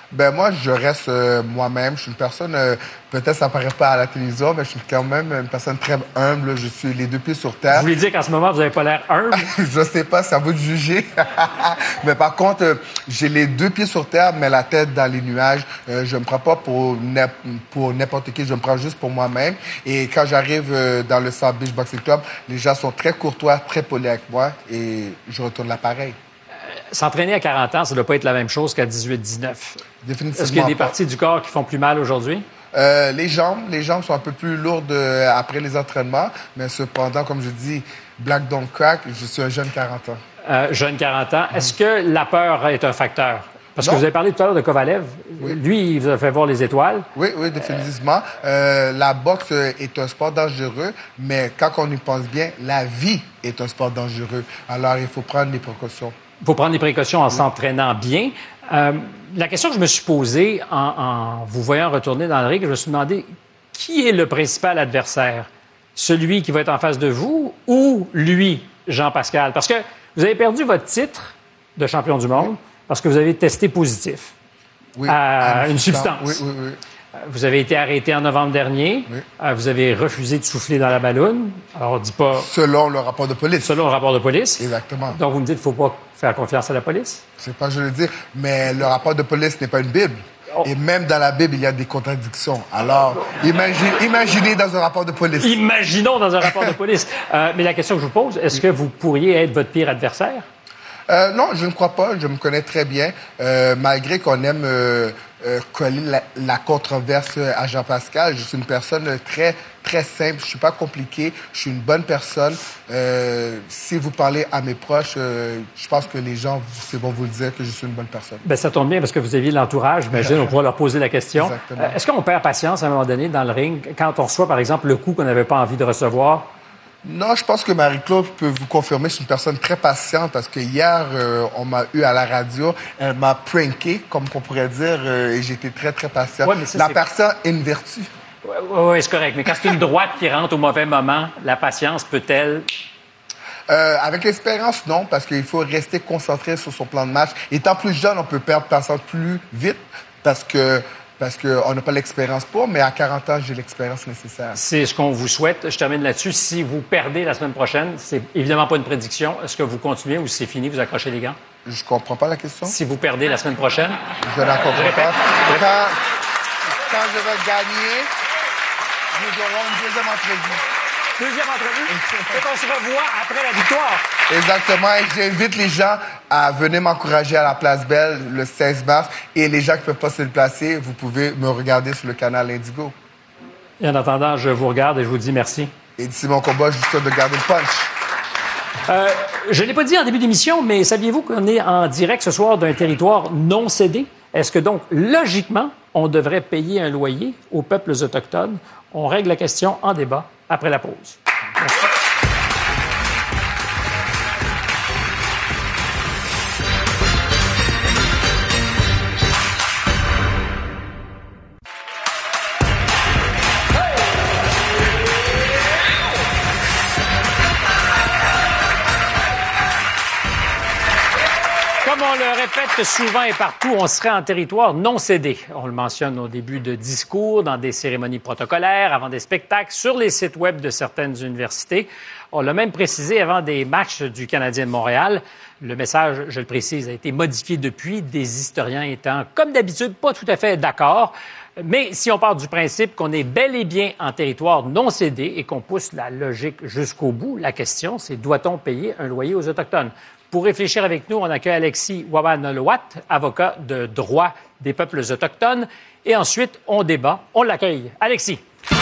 [SPEAKER 10] Ben moi, je reste euh, moi-même. Je suis une personne, euh, peut-être ça paraît pas à la télévision, mais je suis quand même une personne très humble. Je suis les deux pieds sur terre.
[SPEAKER 2] Vous voulez dire qu'en ce moment, vous n'avez pas l'air humble?
[SPEAKER 10] Je sais pas, c'est à vous de juger. Mais par contre, euh, j'ai les deux pieds sur terre, mais la tête dans les nuages. Euh, je me prends pas pour, pour n'importe qui, je me prends juste pour moi-même. Et quand j'arrive euh, dans le South Beach Boxing Club, les gens sont très courtois, très polis avec moi et je retourne l'appareil.
[SPEAKER 2] S'entraîner à quarante ans, ça ne doit pas être la même chose qu'à dix-huit dix-neuf.
[SPEAKER 10] Définitivement.
[SPEAKER 2] Est-ce qu'il y a des
[SPEAKER 10] pas.
[SPEAKER 2] parties du corps qui font plus mal aujourd'hui?
[SPEAKER 10] Euh, les jambes, les jambes sont un peu plus lourdes euh, après les entraînements, mais cependant, comme je dis, black don't crack, je suis un jeune quarante ans.
[SPEAKER 2] Euh, jeune quarante ans. Est-ce que la peur est un facteur? Parce
[SPEAKER 10] Non.
[SPEAKER 2] que vous avez parlé tout à l'heure de Kovalev.
[SPEAKER 10] Oui.
[SPEAKER 2] Lui, il vous a fait voir les étoiles.
[SPEAKER 10] Oui, oui, définitivement. Euh, la boxe est un sport dangereux, mais quand on y pense bien, la vie est un sport dangereux. Alors, il faut prendre des précautions.
[SPEAKER 2] Il faut prendre des précautions en s'entraînant bien. Euh, la question que je me suis posée en, en vous voyant retourner dans le ring, je me suis demandé qui est le principal adversaire? Celui qui va être en face de vous ou lui, Jean-Pascal? Parce que vous avez perdu votre titre de champion du monde parce que vous avez testé positif
[SPEAKER 10] Oui,
[SPEAKER 2] à une substance.
[SPEAKER 10] Oui, oui, oui.
[SPEAKER 2] Vous avez été arrêté en novembre dernier.
[SPEAKER 10] Oui.
[SPEAKER 2] Euh, vous avez refusé de souffler dans la balloune. Alors, on ne dit pas...
[SPEAKER 10] Selon le rapport de police.
[SPEAKER 2] Selon le rapport de police.
[SPEAKER 10] Exactement.
[SPEAKER 2] Donc, vous me dites qu'il ne faut pas faire confiance à la police?
[SPEAKER 10] C'est pas je le dis, mais le rapport de police n'est pas une Bible.
[SPEAKER 2] Oh.
[SPEAKER 10] Et même dans la Bible, il y a des contradictions. Alors, imagine, imaginez dans un rapport de police.
[SPEAKER 2] Imaginons dans un rapport de police. Euh, mais la question que je vous pose, est-ce que vous pourriez être votre pire adversaire?
[SPEAKER 10] Euh, non, je ne crois pas. Je me connais très bien. Euh, malgré qu'on aime euh, euh, coller la, la controverse à Jean-Pascal, je suis une personne très, très simple. Je suis pas compliqué. Je suis une bonne personne. Euh, si vous parlez à mes proches, euh, je pense que les gens, c'est bon vous le dire que je suis une bonne personne.
[SPEAKER 2] Bien, ça tombe bien parce que vous aviez l'entourage. J'imagine, on pourra leur poser la question.
[SPEAKER 10] Exactement.
[SPEAKER 2] Euh, est-ce qu'on perd patience à un moment donné dans le ring quand on reçoit, par exemple, le coup qu'on n'avait pas envie de recevoir?
[SPEAKER 10] Non, je pense que Marie-Claude peut vous confirmer. Je suis une personne très patiente parce que hier, euh, on m'a eu à la radio. Elle m'a pranké, comme on pourrait dire, euh, et j'étais très, très patient.
[SPEAKER 2] Ouais, mais ça,
[SPEAKER 10] la
[SPEAKER 2] c'est-
[SPEAKER 10] personne est une vertu.
[SPEAKER 2] Oui, ouais, ouais, c'est correct. Mais quand c'est une droite qui rentre au mauvais moment, la patience peut-elle...
[SPEAKER 10] Euh, avec l'expérience, non, parce qu'il faut rester concentré sur son plan de match. Étant plus jeune, on peut perdre patience plus vite parce que parce qu'on n'a pas l'expérience pour, mais à quarante ans, j'ai l'expérience nécessaire.
[SPEAKER 2] C'est ce qu'on vous souhaite. Je termine là-dessus. Si vous perdez la semaine prochaine, c'est évidemment pas une prédiction. Est-ce que vous continuez ou si c'est fini, vous accrochez les gants?
[SPEAKER 10] Je comprends pas la question.
[SPEAKER 2] Si vous perdez la semaine prochaine,
[SPEAKER 10] Je n'en comprends
[SPEAKER 2] répète.
[SPEAKER 10] pas. Quand, quand je vais gagner, nous aurons une deuxième entrevue.
[SPEAKER 2] deuxième entrevue, et on se revoit après la victoire.
[SPEAKER 10] Exactement. Et j'invite les gens à venir m'encourager à la Place Belle le seize mars. Et les gens qui ne peuvent pas se déplacer, vous pouvez me regarder sur le canal Indigo.
[SPEAKER 2] Et en attendant, je vous regarde et je vous dis merci.
[SPEAKER 10] Et d'ici mon combat, je vous souhaite de garder le punch.
[SPEAKER 2] Euh, je ne l'ai pas dit en début d'émission, mais saviez-vous qu'on est en direct ce soir d'un territoire non cédé? Est-ce que donc, logiquement, on devrait payer un loyer aux peuples autochtones? On règle la question en débat après la pause. Merci. Comme on le répète souvent et partout, on serait en territoire non cédé. On le mentionne au début de discours, dans des cérémonies protocolaires, avant des spectacles, sur les sites web de certaines universités. On l'a même précisé avant des matchs du Canadien de Montréal. Le message, je le précise, a été modifié depuis, des historiens étant, comme d'habitude, pas tout à fait d'accord. Mais si on part du principe qu'on est bel et bien en territoire non cédé et qu'on pousse la logique jusqu'au bout, la question, c'est doit-on payer un loyer aux Autochtones? Pour réfléchir avec nous, on accueille Alexis Wawa-Nolwat, avocat de droit des peuples autochtones. Et ensuite, on débat. On l'accueille. Alexis.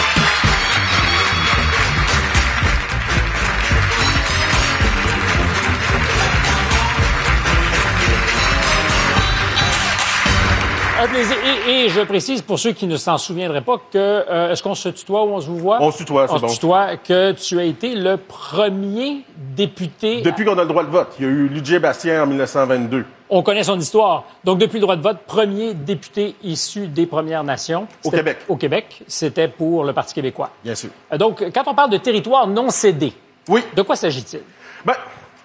[SPEAKER 2] Un plaisir. Et, et je précise, pour ceux qui ne s'en souviendraient pas, que euh, est-ce qu'on se tutoie ou on se vous voit?
[SPEAKER 11] On se tutoie, c'est
[SPEAKER 2] on
[SPEAKER 11] bon.
[SPEAKER 2] On se tutoie, que tu as été le premier député...
[SPEAKER 11] Depuis qu'on a le droit de vote. Il y a eu Ludger Bastien en mille neuf cent vingt-deux.
[SPEAKER 2] On connaît son histoire. Donc, depuis le droit de vote, premier député issu des Premières Nations.
[SPEAKER 11] Au Québec.
[SPEAKER 2] Au Québec. C'était pour le Parti québécois.
[SPEAKER 11] Bien sûr.
[SPEAKER 2] Donc, quand on parle de territoire non cédé,
[SPEAKER 11] oui.
[SPEAKER 2] de quoi s'agit-il?
[SPEAKER 11] Ben,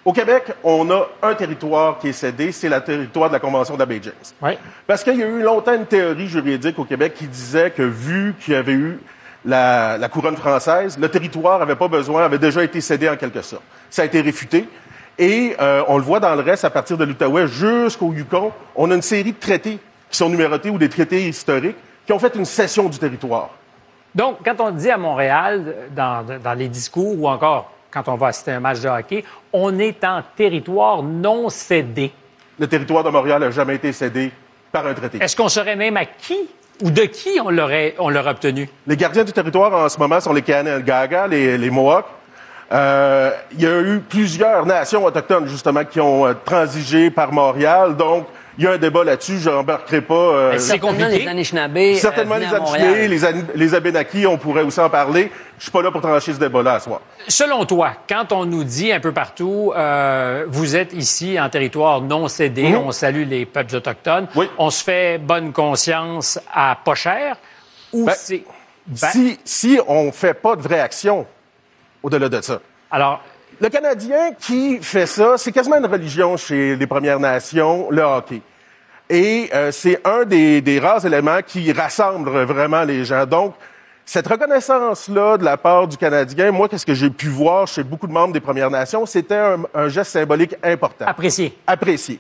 [SPEAKER 11] Au Québec, on a un territoire qui est cédé, c'est le territoire de la Convention de la baie James.
[SPEAKER 2] Oui.
[SPEAKER 11] Parce qu'il y a eu longtemps une théorie juridique au Québec qui disait que vu qu'il y avait eu la, la couronne française, le territoire avait pas besoin, avait déjà été cédé en quelque sorte. Ça a été réfuté. Et euh, on le voit dans le reste, à partir de l'Outaouais jusqu'au Yukon, on a une série de traités qui sont numérotés ou des traités historiques qui ont fait une cession du territoire.
[SPEAKER 2] Donc, quand on dit à Montréal, dans, dans les discours ou encore quand on va assister à un match de hockey, on est en territoire non cédé.
[SPEAKER 11] Le territoire de Montréal n'a jamais été cédé par un traité.
[SPEAKER 2] Est-ce qu'on saurait même à qui ou de qui on l'aurait, on l'aurait obtenu?
[SPEAKER 11] Les gardiens du territoire en ce moment sont les Kanagaga, les, les Mohawks. Euh, il y a eu plusieurs nations autochtones, justement, qui ont euh, transigé par Montréal. Donc, il y a un débat là-dessus. Je n'embarquerai pas. Euh,
[SPEAKER 8] c'est compliqué. Les Anishinabés.
[SPEAKER 11] Certainement
[SPEAKER 8] euh,
[SPEAKER 11] les Anishinabés, les, An- les Abénakis, on pourrait aussi en parler. Je suis pas là pour trancher ce débat-là à soir.
[SPEAKER 2] Selon toi, quand on nous dit un peu partout, euh, vous êtes ici en territoire non cédé, mm-hmm. on salue les peuples autochtones,
[SPEAKER 11] oui.
[SPEAKER 2] on se fait bonne conscience à pas cher, ou
[SPEAKER 11] ben,
[SPEAKER 2] c'est... Ben...
[SPEAKER 11] Si, si on fait pas de vraie action au-delà de ça.
[SPEAKER 2] Alors,
[SPEAKER 11] le Canadien qui fait ça, c'est quasiment une religion chez les Premières Nations, le hockey. Et euh, c'est un des, des rares éléments qui rassemble vraiment les gens. Donc, cette reconnaissance-là de la part du Canadien, moi, qu'est-ce que j'ai pu voir chez beaucoup de membres des Premières Nations, c'était un, un geste symbolique important.
[SPEAKER 2] Apprécié.
[SPEAKER 11] Apprécié.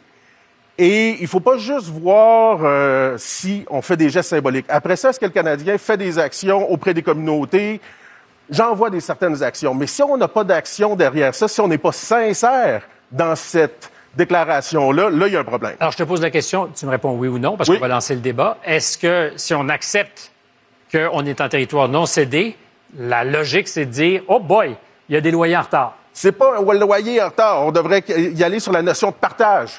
[SPEAKER 11] Et il faut pas juste voir euh, si on fait des gestes symboliques. Après ça, est-ce que le Canadien fait des actions auprès des communautés? J'en vois des certaines actions. Mais si on n'a pas d'action derrière ça, si on n'est pas sincère dans cette déclaration-là, là, il y a un problème.
[SPEAKER 2] Alors, je te pose la question, tu me réponds oui ou non, parce
[SPEAKER 11] oui.
[SPEAKER 2] qu'on va lancer le débat. Est-ce que si on accepte qu'on est en territoire non cédé, la logique, c'est de dire « Oh boy, il y a des loyers en retard ».
[SPEAKER 11] C'est pas un loyer en retard. On devrait y aller sur la notion de partage.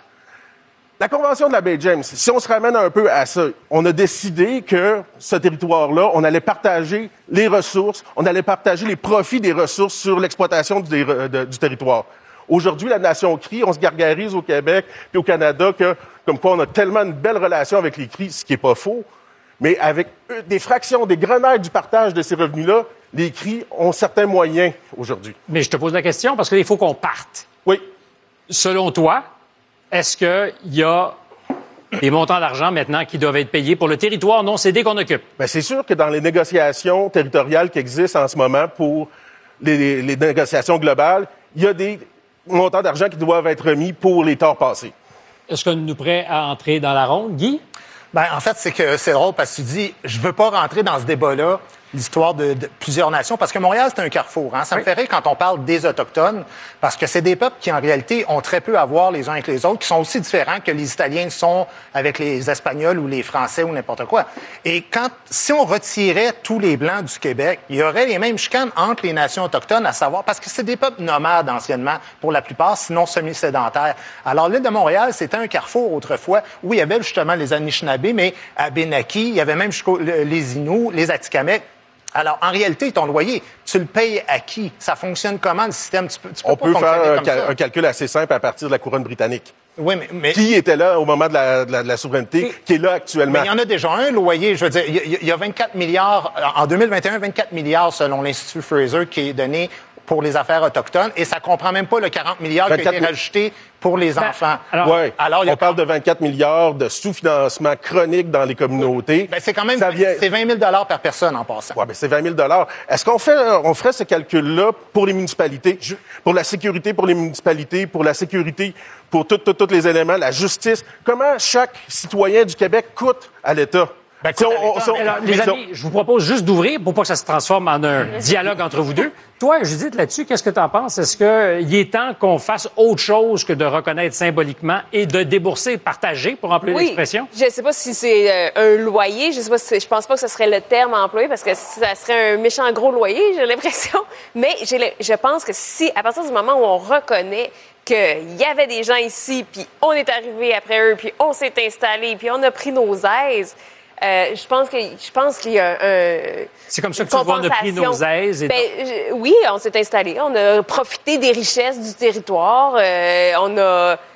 [SPEAKER 11] La Convention de la baie James, si on se ramène un peu à ça, on a décidé que ce territoire-là, on allait partager les ressources, on allait partager les profits des ressources sur l'exploitation du, de, du territoire. Aujourd'hui, la nation crie, on se gargarise au Québec puis au Canada que, comme quoi on a tellement une belle relation avec les cris, ce qui est pas faux, mais avec des fractions, des grenades du partage de ces revenus-là, les cris ont certains moyens aujourd'hui.
[SPEAKER 2] Mais je te pose la question parce qu'il faut qu'on parte.
[SPEAKER 11] Oui.
[SPEAKER 2] Selon toi, est-ce qu'il y a des montants d'argent maintenant qui doivent être payés pour le territoire non cédé qu'on occupe?
[SPEAKER 11] Bien, c'est sûr que dans les négociations territoriales qui existent en ce moment pour les, les, les négociations globales, il y a des montants d'argent qui doivent être remis pour les torts passés.
[SPEAKER 2] Est-ce que nous sommes prêts à entrer dans la ronde, Guy?
[SPEAKER 5] Ben, en fait, c'est que c'est drôle parce que tu dis, je veux pas rentrer dans ce débat-là, l'histoire de, de plusieurs nations, parce que Montréal, c'est un carrefour. Hein? Ça oui. me fait rire quand on parle des Autochtones, parce que c'est des peuples qui, en réalité, ont très peu à voir les uns avec les autres, qui sont aussi différents que les Italiens sont avec les Espagnols ou les Français ou n'importe quoi. Et quand, si on retirait tous les Blancs du Québec, il y aurait les mêmes chicanes entre les nations autochtones, à savoir, parce que c'est des peuples nomades anciennement, pour la plupart, sinon semi-sédentaires. Alors, l'île de Montréal, c'était un carrefour autrefois où il y avait justement les Anishinabés, mais Abénakis, il y avait même jusqu'aux les Inuits, les Atikamekw. Alors, en réalité, ton loyer, tu le payes à qui? Ça fonctionne comment, le système? Tu peux, tu peux
[SPEAKER 11] On
[SPEAKER 5] pas
[SPEAKER 11] peut faire un,
[SPEAKER 5] comme ça.
[SPEAKER 11] un calcul assez simple à partir de la couronne britannique.
[SPEAKER 5] Oui, mais, mais...
[SPEAKER 11] Qui était là au moment de la, de la, de la souveraineté, et, qui est là actuellement?
[SPEAKER 5] Mais il y en a déjà un, loyer. Je veux dire, il y a vingt-quatre milliards, en deux mille vingt et un, vingt-quatre milliards selon l'Institut Fraser qui est donné pour les affaires autochtones, et ça comprend même pas le quarante milliards qui a été rajouté pour les ben, enfants.
[SPEAKER 11] Alors, ouais. alors, on parle de vingt-quatre milliards de sous-financement chronique dans les communautés.
[SPEAKER 5] Ben, c'est quand même,
[SPEAKER 11] vient...
[SPEAKER 5] c'est vingt mille dollars par personne en passant.
[SPEAKER 11] Ouais, ben, c'est vingt mille dollars. Est-ce qu'on fait, on ferait ce calcul-là pour les municipalités? Je... Pour la sécurité pour les municipalités, pour la sécurité pour tous tout, tout les éléments, la justice? Comment chaque citoyen du Québec coûte à l'État?
[SPEAKER 2] Ben, on, on, on, alors, les amis, je vous propose juste d'ouvrir pour pas que ça se transforme en un dialogue entre vous deux. Toi, Judith, là-dessus, qu'est-ce que tu en penses? Est-ce qu'il est temps qu'on fasse autre chose que de reconnaître symboliquement et de débourser, partager, pour employer
[SPEAKER 6] oui,
[SPEAKER 2] l'expression?
[SPEAKER 6] Je ne sais pas si c'est euh, un loyer. Je sais pas si je pense pas que ce serait le terme employé parce que ça serait un méchant gros loyer, j'ai l'impression. Mais j'ai, je pense que si, à partir du moment où on reconnaît qu'il y avait des gens ici, puis on est arrivé après eux, puis on s'est installé, puis on a pris nos aises, Euh, je pense que je pense qu'il y a un.
[SPEAKER 2] C'est comme ça que tu vois, on a pris nos aises. Et
[SPEAKER 6] ben, je, oui, on s'est installé, on a profité des richesses du territoire, euh, on a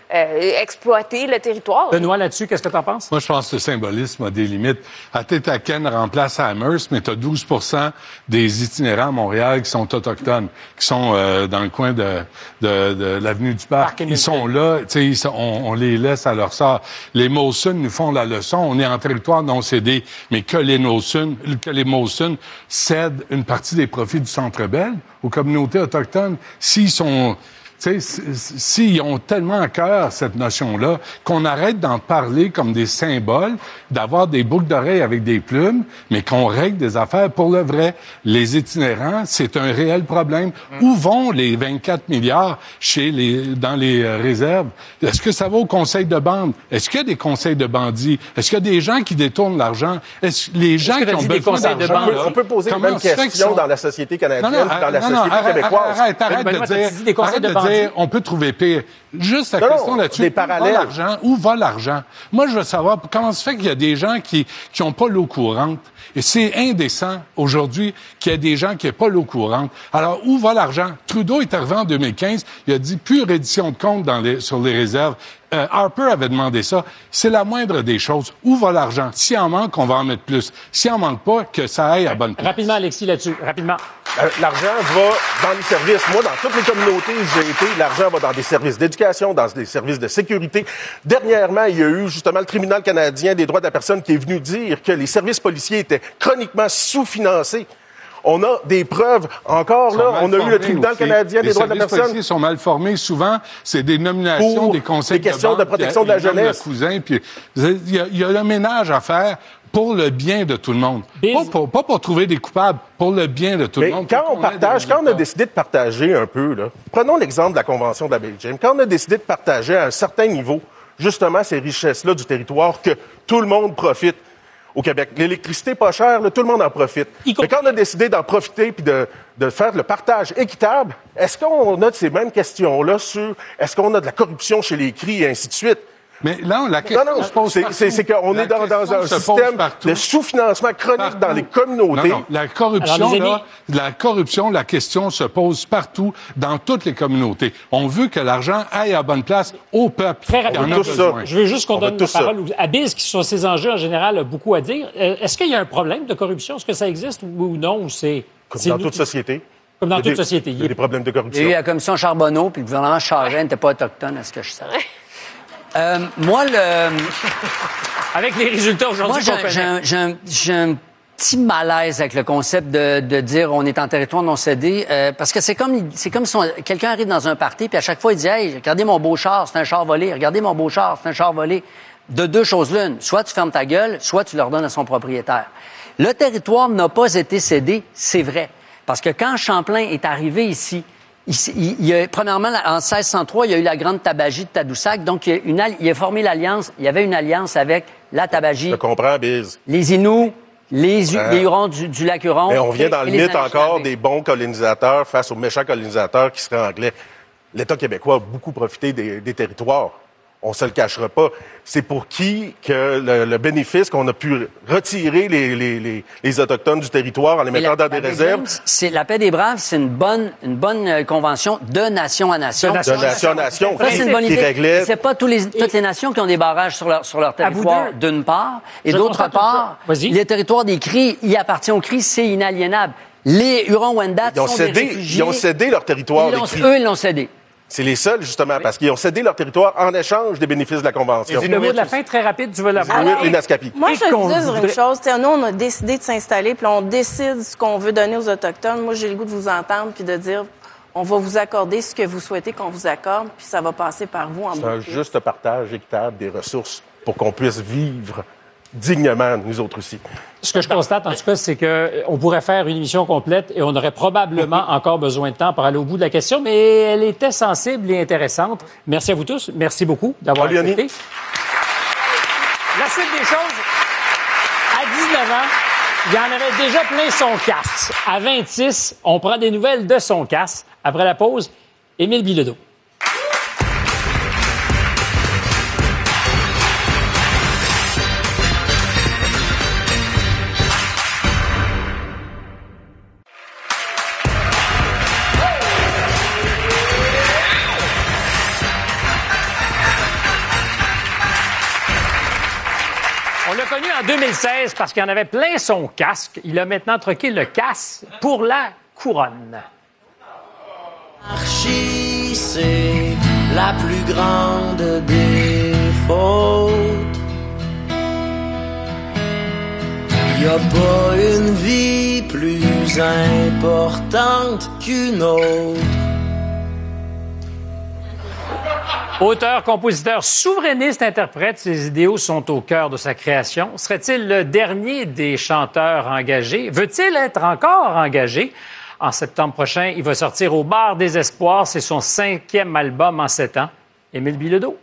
[SPEAKER 6] euh, exploiter le territoire.
[SPEAKER 2] Benoît, là-dessus, qu'est-ce que tu en penses?
[SPEAKER 4] Moi, je pense que le symbolisme a des limites. Atitaken remplace Amherst, mais tu as douze pour cent des itinérants à Montréal qui sont autochtones, qui sont euh, dans le coin de, de, de l'avenue du Parc. Ils sont là, tu sais, on, on les laisse à leur sort. Les Mawson nous font la leçon. On est en territoire non cédé, mais que les Mawson, que les Mawson cèdent une partie des profits du Centre Bell aux communautés autochtones, s'ils sont... Tu sais, s'ils ont tellement à cœur cette notion-là, qu'on arrête d'en parler comme des symboles, d'avoir des boucles d'oreilles avec des plumes, mais qu'on règle des affaires pour le vrai. Les itinérants, c'est un réel problème. Mm. Où vont les vingt-quatre milliards chez les, dans les euh, réserves? Est-ce que ça va au conseil de bande? Est-ce qu'il y a des conseils de bandits? Est-ce qu'il y a des gens qui détournent l'argent? Est-ce que les gens qui ont besoin d'argent...
[SPEAKER 11] On peut, on peut poser la même question dans la société canadienne, non, non, dans la non, société non, québécoise.
[SPEAKER 4] Arrête, arrête, arrête de dire... Arrête de dire on peut trouver pire. Juste la non, question là-dessus, où va l'argent? Où va l'argent? Moi, je veux savoir comment se fait qu'il y a des gens qui qui ont pas l'eau courante. Et c'est indécent aujourd'hui qu'il y ait des gens qui n'aient pas l'eau courante. Alors, où va l'argent? Trudeau est arrivé en deux mille quinze, il a dit plus reddition de comptes dans les, sur les réserves. Euh, Harper avait demandé ça. C'est la moindre des choses. Où va l'argent? S'il en manque, on va en mettre plus. S'il en manque pas, que ça aille à bonne place.
[SPEAKER 2] Rapidement, Alexis, là-dessus. Rapidement.
[SPEAKER 11] Euh, l'argent va dans les services. Moi, dans toutes les communautés où j'ai été, l'argent va dans des services d'éducation, dans des services de sécurité. Dernièrement, il y a eu justement le tribunal canadien des droits de la personne qui est venu dire que les services policiers étaient chroniquement sous-financés. On a des preuves. Encore là, on a eu le tribunal aussi. canadien des
[SPEAKER 4] les
[SPEAKER 11] droits de la personne. Les
[SPEAKER 4] policiers sont mal formés. Souvent, c'est des nominations,
[SPEAKER 11] pour
[SPEAKER 4] des conseils
[SPEAKER 11] des questions
[SPEAKER 4] de, banque,
[SPEAKER 11] de protection de la jeunesse.
[SPEAKER 4] Le cousin, puis il y a, il y a le ménage à faire pour le bien de tout le monde. Pas pour, pas pour trouver des coupables, pour le bien de tout
[SPEAKER 11] Mais
[SPEAKER 4] le monde.
[SPEAKER 11] Quand on partage, quand on a décidé de partager un peu, là, prenons l'exemple de la Convention de la baie James. Quand on a décidé de partager à un certain niveau, justement, ces richesses-là du territoire, que tout le monde profite. Au Québec. L'électricité pas chère, là, tout le monde en profite. Mais quand on a décidé d'en profiter puis de, de faire le partage équitable, est-ce qu'on a de ces mêmes questions-là sur est-ce qu'on a de la corruption chez les C R I et ainsi de suite?
[SPEAKER 4] Mais là, la question
[SPEAKER 11] non, non,
[SPEAKER 4] se pose
[SPEAKER 11] c'est, c'est, c'est qu'on la est dans, dans un système de sous-financement chronique partout. Dans les communautés.
[SPEAKER 4] Non, non. La corruption,
[SPEAKER 2] Alors,
[SPEAKER 4] là, la corruption, la question se pose partout, dans toutes les communautés. On veut que l'argent aille à bonne place au peuple.
[SPEAKER 2] Très rapidement.
[SPEAKER 4] Je
[SPEAKER 2] veux juste qu'on on donne la parole à Biz, qui sur ces enjeux, en général, a beaucoup à dire. Est-ce qu'il y a un problème de corruption? Est-ce que ça existe ou non? Ou c'est,
[SPEAKER 11] Comme
[SPEAKER 2] c'est
[SPEAKER 11] dans
[SPEAKER 2] nous...
[SPEAKER 11] toute société.
[SPEAKER 2] Comme dans toute
[SPEAKER 11] des,
[SPEAKER 2] société.
[SPEAKER 11] Il y a des problèmes de corruption.
[SPEAKER 8] Il y a eu la commission Charbonneau, puis le gouvernement Charest n'était pas autochtone, à ce que je sais. Euh, moi, le...
[SPEAKER 2] Avec les résultats aujourd'hui
[SPEAKER 8] moi, j'ai, j'ai, un, j'ai, un, j'ai un petit malaise avec le concept de, de dire on est en territoire non cédé, euh, parce que c'est comme c'est comme si on, quelqu'un arrive dans un party, puis à chaque fois, il dit « Hey, regardez mon beau char, c'est un char volé. Regardez mon beau char, c'est un char volé. » De deux choses l'une. Soit tu fermes ta gueule, soit tu le redonnes à son propriétaire. Le territoire n'a pas été cédé, c'est vrai. Parce que quand Champlain est arrivé ici, Il, il, il a, premièrement, en seize cent trois, il y a eu la grande tabagie de Tadoussac. Donc, il a, une, il a formé l'alliance. Il y avait une alliance avec la tabagie.
[SPEAKER 11] Je comprends, Biz.
[SPEAKER 8] Les Inuits, les, hein? les Hurons du, du lac Huron.
[SPEAKER 11] Mais on vient dans le mythe encore des bons colonisateurs face aux méchants colonisateurs qui seraient anglais. L'État québécois a beaucoup profité des, des territoires. On se le cachera pas. C'est pour qui que le, le bénéfice qu'on a pu retirer les, les, les, les Autochtones du territoire en les mettant la, dans des réserves.
[SPEAKER 8] James, c'est, la paix des Braves, c'est une bonne, une bonne euh, convention de nation à nation.
[SPEAKER 11] De nation, de nation à nation.
[SPEAKER 8] Ça, c'est une bonne idée.
[SPEAKER 11] Réglait...
[SPEAKER 8] C'est pas tous les, toutes les nations qui ont des barrages sur leur, sur leur territoire, d'une part. Et
[SPEAKER 2] Je
[SPEAKER 8] d'autre part, les territoires des Cris, il appartient aux Cris, c'est inaliénable. Les Hurons-Wendat sont
[SPEAKER 11] cédé,
[SPEAKER 8] des réfugiés.
[SPEAKER 11] Ils ont cédé leur territoire.
[SPEAKER 8] Ils eux, ils l'ont cédé.
[SPEAKER 11] C'est les seuls, justement, oui. parce qu'ils ont cédé leur territoire en échange des bénéfices de la Convention.
[SPEAKER 2] Le mot de la fin, très rapide, tu veux l'avoir.
[SPEAKER 11] Oui, les Naskapi.
[SPEAKER 7] Moi, je veux dire une chose. Nous, on a décidé de s'installer, puis on décide ce qu'on veut donner aux Autochtones. Moi, j'ai le goût de vous entendre, puis de dire, on va vous accorder ce que vous souhaitez qu'on vous accorde, puis ça va passer par vous en
[SPEAKER 11] C'est un juste partage équitable des ressources pour qu'on puisse vivre dignement, nous autres aussi.
[SPEAKER 2] Ce que je constate, en tout cas, c'est qu'on pourrait faire une émission complète et on aurait probablement encore besoin de temps pour aller au bout de la question, mais elle était sensible et intéressante. Merci à vous tous. Merci beaucoup d'avoir accepté. La suite des choses, à dix-neuf ans, il y en avait déjà plein son casse. À vingt-six, on prend des nouvelles de son casse. Après la pause, Émile Bilodeau. On l'a connu en deux mille seize parce qu'il en avait plein son casque. Il a maintenant troqué le casque pour la couronne.
[SPEAKER 12] Archie, c'est la plus grande des fautes. Y a pas une vie plus importante qu'une autre.
[SPEAKER 2] Auteur, compositeur, souverainiste, interprète, ses idéaux sont au cœur de sa création. Serait-il le dernier des chanteurs engagés? Veut-il être encore engagé? En septembre prochain, il va sortir au Bar des Espoirs. C'est son cinquième album en sept ans. Émile Bilodeau.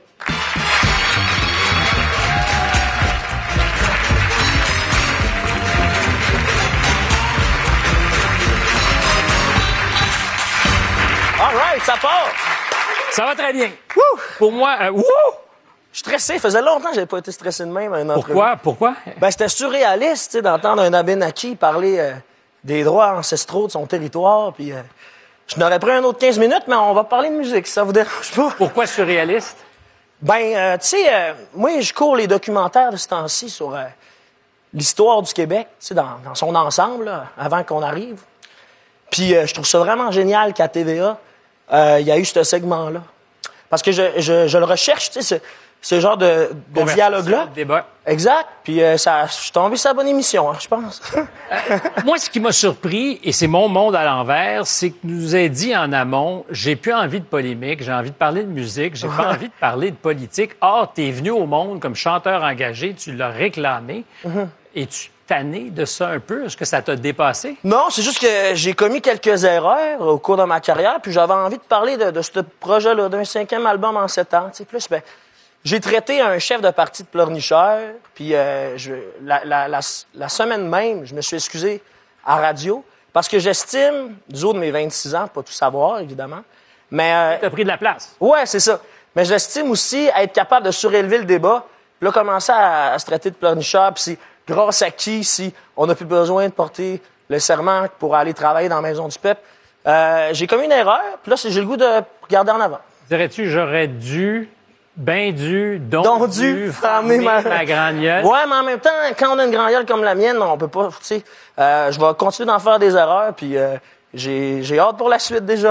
[SPEAKER 13] All right, ça part!
[SPEAKER 2] Ça va très bien.
[SPEAKER 13] Wouh!
[SPEAKER 2] Pour moi, euh, wouh!
[SPEAKER 13] Je suis stressé. Ça faisait longtemps que j'avais pas été stressé de même à une entrevue.
[SPEAKER 2] Pourquoi? Pourquoi?
[SPEAKER 13] Ben, c'était surréaliste, tu sais, d'entendre un Abenaki parler euh, des droits ancestraux de son territoire, puis euh, je n'aurais pris un autre quinze minutes, mais on va parler de musique, si ça vous dérange pas.
[SPEAKER 2] Pourquoi surréaliste?
[SPEAKER 13] Ben, euh, tu sais, euh, moi, je cours les documentaires de ce temps-ci sur euh, l'histoire du Québec, tu sais, dans, dans son ensemble, là, avant qu'on arrive. Puis euh, je trouve ça vraiment génial qu'à T V A, il euh, y a eu ce segment-là. Parce que je, je, je le recherche, tu sais, ce, ce genre de, de dialogue-là.
[SPEAKER 2] Débat.
[SPEAKER 13] Exact. Puis euh, ça, je suis tombé sur la bonne émission, hein, je pense.
[SPEAKER 2] euh, moi, ce qui m'a surpris, et c'est mon monde à l'envers, c'est que nous a dit en amont, j'ai plus envie de polémique, j'ai envie de parler de musique, j'ai pas envie de parler de politique. Or, t'es venu au monde comme chanteur engagé, tu l'as réclamé, mm-hmm. et tu tanné de ça un peu? Est-ce que ça t'a dépassé?
[SPEAKER 13] Non, c'est juste que j'ai commis quelques erreurs au cours de ma carrière, puis j'avais envie de parler de, de ce projet-là, d'un cinquième album en sept ans. T'sais. Plus, ben, j'ai traité un chef de parti de pleurnicheur, puis euh, je, la, la, la, la semaine même, je me suis excusé à radio, parce que j'estime, du haut de mes vingt-six ans, pas tout savoir, évidemment, mais... Euh,
[SPEAKER 2] T'as pris de la place.
[SPEAKER 13] Ouais, c'est ça. Mais j'estime aussi être capable de surélever le débat, puis là, commencer à, à se traiter de pleurnicheur, puis c'est grâce à qui, si on n'a plus besoin de porter le serment pour aller travailler dans la Maison du Peuple. Euh, j'ai commis une erreur, puis là, j'ai le goût de regarder en avant.
[SPEAKER 2] Dirais-tu, j'aurais dû, ben dû, donc,
[SPEAKER 13] donc
[SPEAKER 2] dû,
[SPEAKER 13] dû fermer ma...
[SPEAKER 2] ma grande gueule?
[SPEAKER 13] Ouais, mais en même temps, quand on a une grande gueule comme la mienne, on peut pas, tu sais, euh, je vais continuer d'en faire des erreurs, puis euh, j'ai, j'ai hâte pour la suite déjà.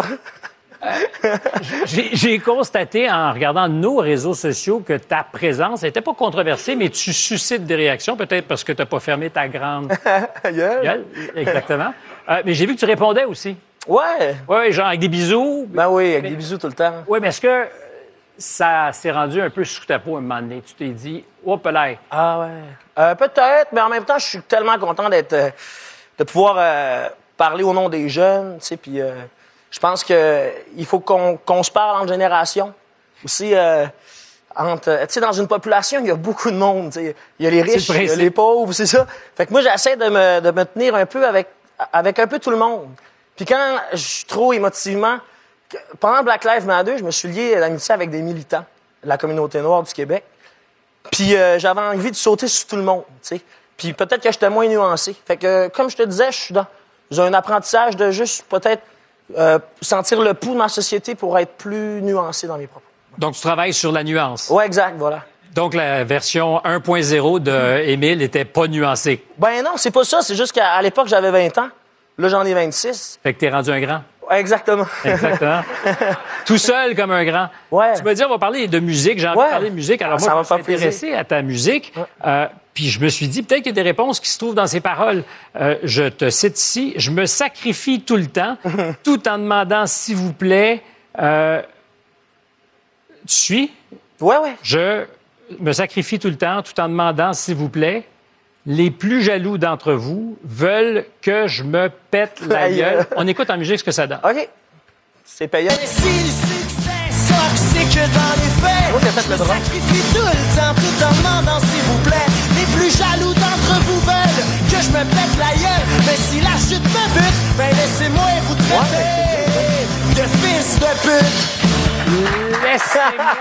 [SPEAKER 2] J'ai, j'ai constaté en regardant nos réseaux sociaux que ta présence n'était pas controversée, mais tu suscites des réactions, peut-être parce que tu n'as pas fermé ta grande gueule. Exactement. Euh, mais j'ai vu que tu répondais aussi.
[SPEAKER 13] Ouais.
[SPEAKER 2] Ouais, genre avec des bisous.
[SPEAKER 13] Ben oui, avec
[SPEAKER 2] mais,
[SPEAKER 13] des bisous tout le temps.
[SPEAKER 2] Oui, mais est-ce que ça s'est rendu un peu sous ta peau à un moment donné? Tu t'es dit, hop là.
[SPEAKER 13] Ah ouais. Euh, peut-être, mais en même temps, je suis tellement content d'être, euh, de pouvoir euh, parler au nom des jeunes, tu sais, puis... Euh, Je pense qu'il faut qu'on, qu'on se parle entre générations. Aussi, euh, entre, tu sais, dans une population, il y a beaucoup de monde. T'sais. Il y a les riches, il y a les pauvres, c'est ça. Fait que moi, j'essaie de me, de me tenir un peu avec, avec un peu tout le monde. Puis quand je suis trop émotivement, pendant Black Lives Matter, je me suis lié d'amitié avec des militants de la communauté noire du Québec. Puis euh, j'avais envie de sauter sur tout le monde, tu sais. Puis peut-être que j'étais moins nuancé. Fait que, comme je te disais, je suis dans un apprentissage de juste peut-être Euh, sentir le pouls de ma société pour être plus nuancé dans mes propos.
[SPEAKER 2] Donc, tu travailles sur la nuance.
[SPEAKER 13] Oui, exact, voilà.
[SPEAKER 2] Donc, la version un point zéro de Émile n'était pas nuancée.
[SPEAKER 13] Ben non, c'est pas ça. C'est juste qu'à à l'époque, j'avais vingt ans. Là, j'en ai vingt-six.
[SPEAKER 2] Fait que t'es rendu un grand.
[SPEAKER 13] Ouais, exactement.
[SPEAKER 2] Exactement. Tout seul comme un grand.
[SPEAKER 13] Ouais.
[SPEAKER 2] Tu m'as dit, on va parler de musique. J'ai envie
[SPEAKER 13] ouais.
[SPEAKER 2] de parler de musique. Alors,
[SPEAKER 13] ça
[SPEAKER 2] moi,
[SPEAKER 13] va
[SPEAKER 2] je me suis intéressé à ta musique. Ouais. Euh, Puis je me suis dit, peut-être qu'il y a des réponses qui se trouvent dans ces paroles. Euh, je te cite ici. « Je me sacrifie tout le temps, tout en demandant, s'il vous plaît... Euh, » Tu suis?
[SPEAKER 13] Oui, oui.
[SPEAKER 2] Je me sacrifie tout le temps, tout en demandant, s'il vous plaît, les plus jaloux d'entre vous veulent que je me pète la gueule. On écoute en musique ce que ça donne.
[SPEAKER 13] OK. C'est payant.
[SPEAKER 12] C'est que dans les faits,
[SPEAKER 13] oh, je me
[SPEAKER 12] sacrifie tout le temps, tout en demandant s'il vous plaît. Les plus jaloux d'entre vous veulent que je me pète la gueule. Mais si la chute me bute, ben laissez-moi vous traiter ouais, de fils de pute.
[SPEAKER 2] Laissez-moi...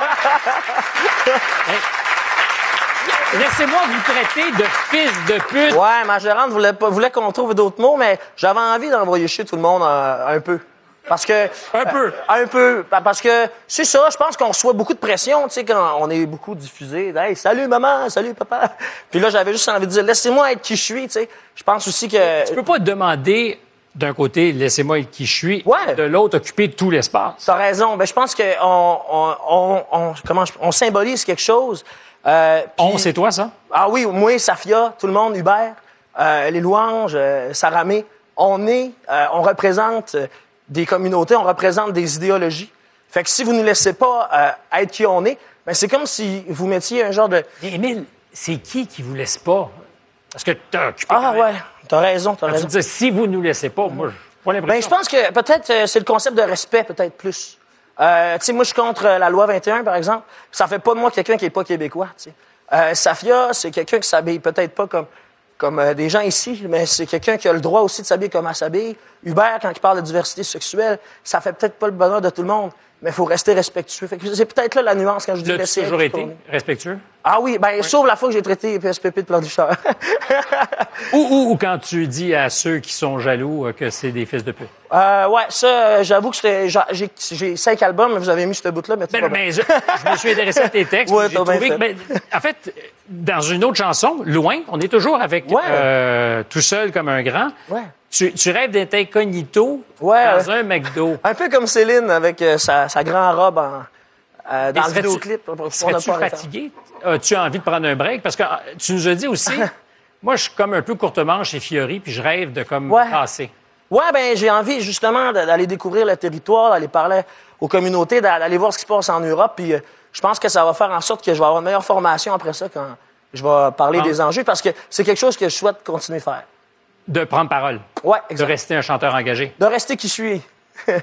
[SPEAKER 2] hey. Laissez-moi vous traiter de fils de pute.
[SPEAKER 13] Ouais, ma gérante voulait, voulait qu'on trouve d'autres mots, mais j'avais envie d'envoyer chier tout le monde euh, un peu. Parce que...
[SPEAKER 2] Un peu.
[SPEAKER 13] Euh, un peu. Parce que c'est ça, je pense qu'on reçoit beaucoup de pression, tu sais, quand on est beaucoup diffusé. Hey, salut maman, salut papa. Puis là, j'avais juste envie de dire, laissez-moi être qui je suis, tu sais. Je pense aussi que...
[SPEAKER 2] Tu peux pas demander... D'un côté, laissez-moi être qui je suis.
[SPEAKER 13] Ouais.
[SPEAKER 2] De l'autre, occuper tout l'espace.
[SPEAKER 13] T'as raison. Ben, je pense qu'on on, on, on, comment je, on symbolise quelque chose. Euh, pis...
[SPEAKER 2] On, c'est toi, ça?
[SPEAKER 13] Ah oui, moi, Safia, tout le monde, Hubert, euh, les louanges, euh, Saramé. On est, euh, on représente des communautés, on représente des idéologies. Fait que si vous ne nous laissez pas euh, être qui on est, ben, c'est comme si vous mettiez un genre de...
[SPEAKER 2] Mais Émile, c'est qui qui vous laisse pas? Parce que t'as occupé...
[SPEAKER 13] Ah ouais, t'as raison, t'as
[SPEAKER 2] Quand
[SPEAKER 13] raison.
[SPEAKER 2] tu dis, si vous nous laissez pas, moi, j'ai pas l'impression.
[SPEAKER 13] Ben, je pense que peut-être euh, c'est le concept de respect, peut-être plus. Euh, tu sais, moi, je suis contre la loi vingt et un, par exemple. Ça fait pas de moi quelqu'un qui est pas québécois, tu sais. Euh, Safia, c'est quelqu'un qui s'habille peut-être pas comme, comme euh, des gens ici, mais c'est quelqu'un qui a le droit aussi de s'habiller comme elle s'habille. Hubert, quand il parle de diversité sexuelle, ça fait peut-être pas le bonheur de tout le monde, mais il faut rester respectueux. Fait que c'est peut-être là la nuance quand je dis laisser.
[SPEAKER 2] L'as-tu toujours été respectueux?
[SPEAKER 13] Ah oui, ben, oui. Sauf la fois que j'ai traité P S P P de planducheur.
[SPEAKER 2] ou, ou, ou quand tu dis à ceux qui sont jaloux euh, que c'est des fils de pute.
[SPEAKER 13] Euh, ouais, ça, euh, j'avoue que c'était, j'ai, j'ai cinq albums, mais vous avez mis ce bout-là, mais tu
[SPEAKER 2] ben, mais je, je me suis intéressé à tes textes.
[SPEAKER 13] Ouais,
[SPEAKER 2] j'ai trouvé que, ben, en fait, dans une autre chanson, Loin, on est toujours avec
[SPEAKER 13] ouais.
[SPEAKER 2] euh, Tout seul comme un grand.
[SPEAKER 13] Ouais.
[SPEAKER 2] Tu, tu rêves d'être incognito
[SPEAKER 13] ouais,
[SPEAKER 2] dans
[SPEAKER 13] euh,
[SPEAKER 2] un McDo.
[SPEAKER 13] Un peu comme Céline avec euh, sa, sa grande robe en, euh, dans le vidéoclip.
[SPEAKER 2] Serais-tu fatigué? As-tu envie de prendre un break? Parce que tu nous as dit aussi, moi, je suis comme un peu courte manche chez Fiori, puis je rêve de comme
[SPEAKER 13] ouais.
[SPEAKER 2] passer.
[SPEAKER 13] Ouais, ben j'ai envie justement d'aller découvrir le territoire, d'aller parler aux communautés, d'aller voir ce qui se passe en Europe. Puis euh, je pense que ça va faire en sorte que je vais avoir une meilleure formation après ça quand je vais parler ah. des enjeux, parce que c'est quelque chose que je souhaite continuer à faire.
[SPEAKER 2] De prendre parole.
[SPEAKER 13] Ouais, exact.
[SPEAKER 2] De rester un chanteur engagé.
[SPEAKER 13] De rester qui je suis.
[SPEAKER 2] euh,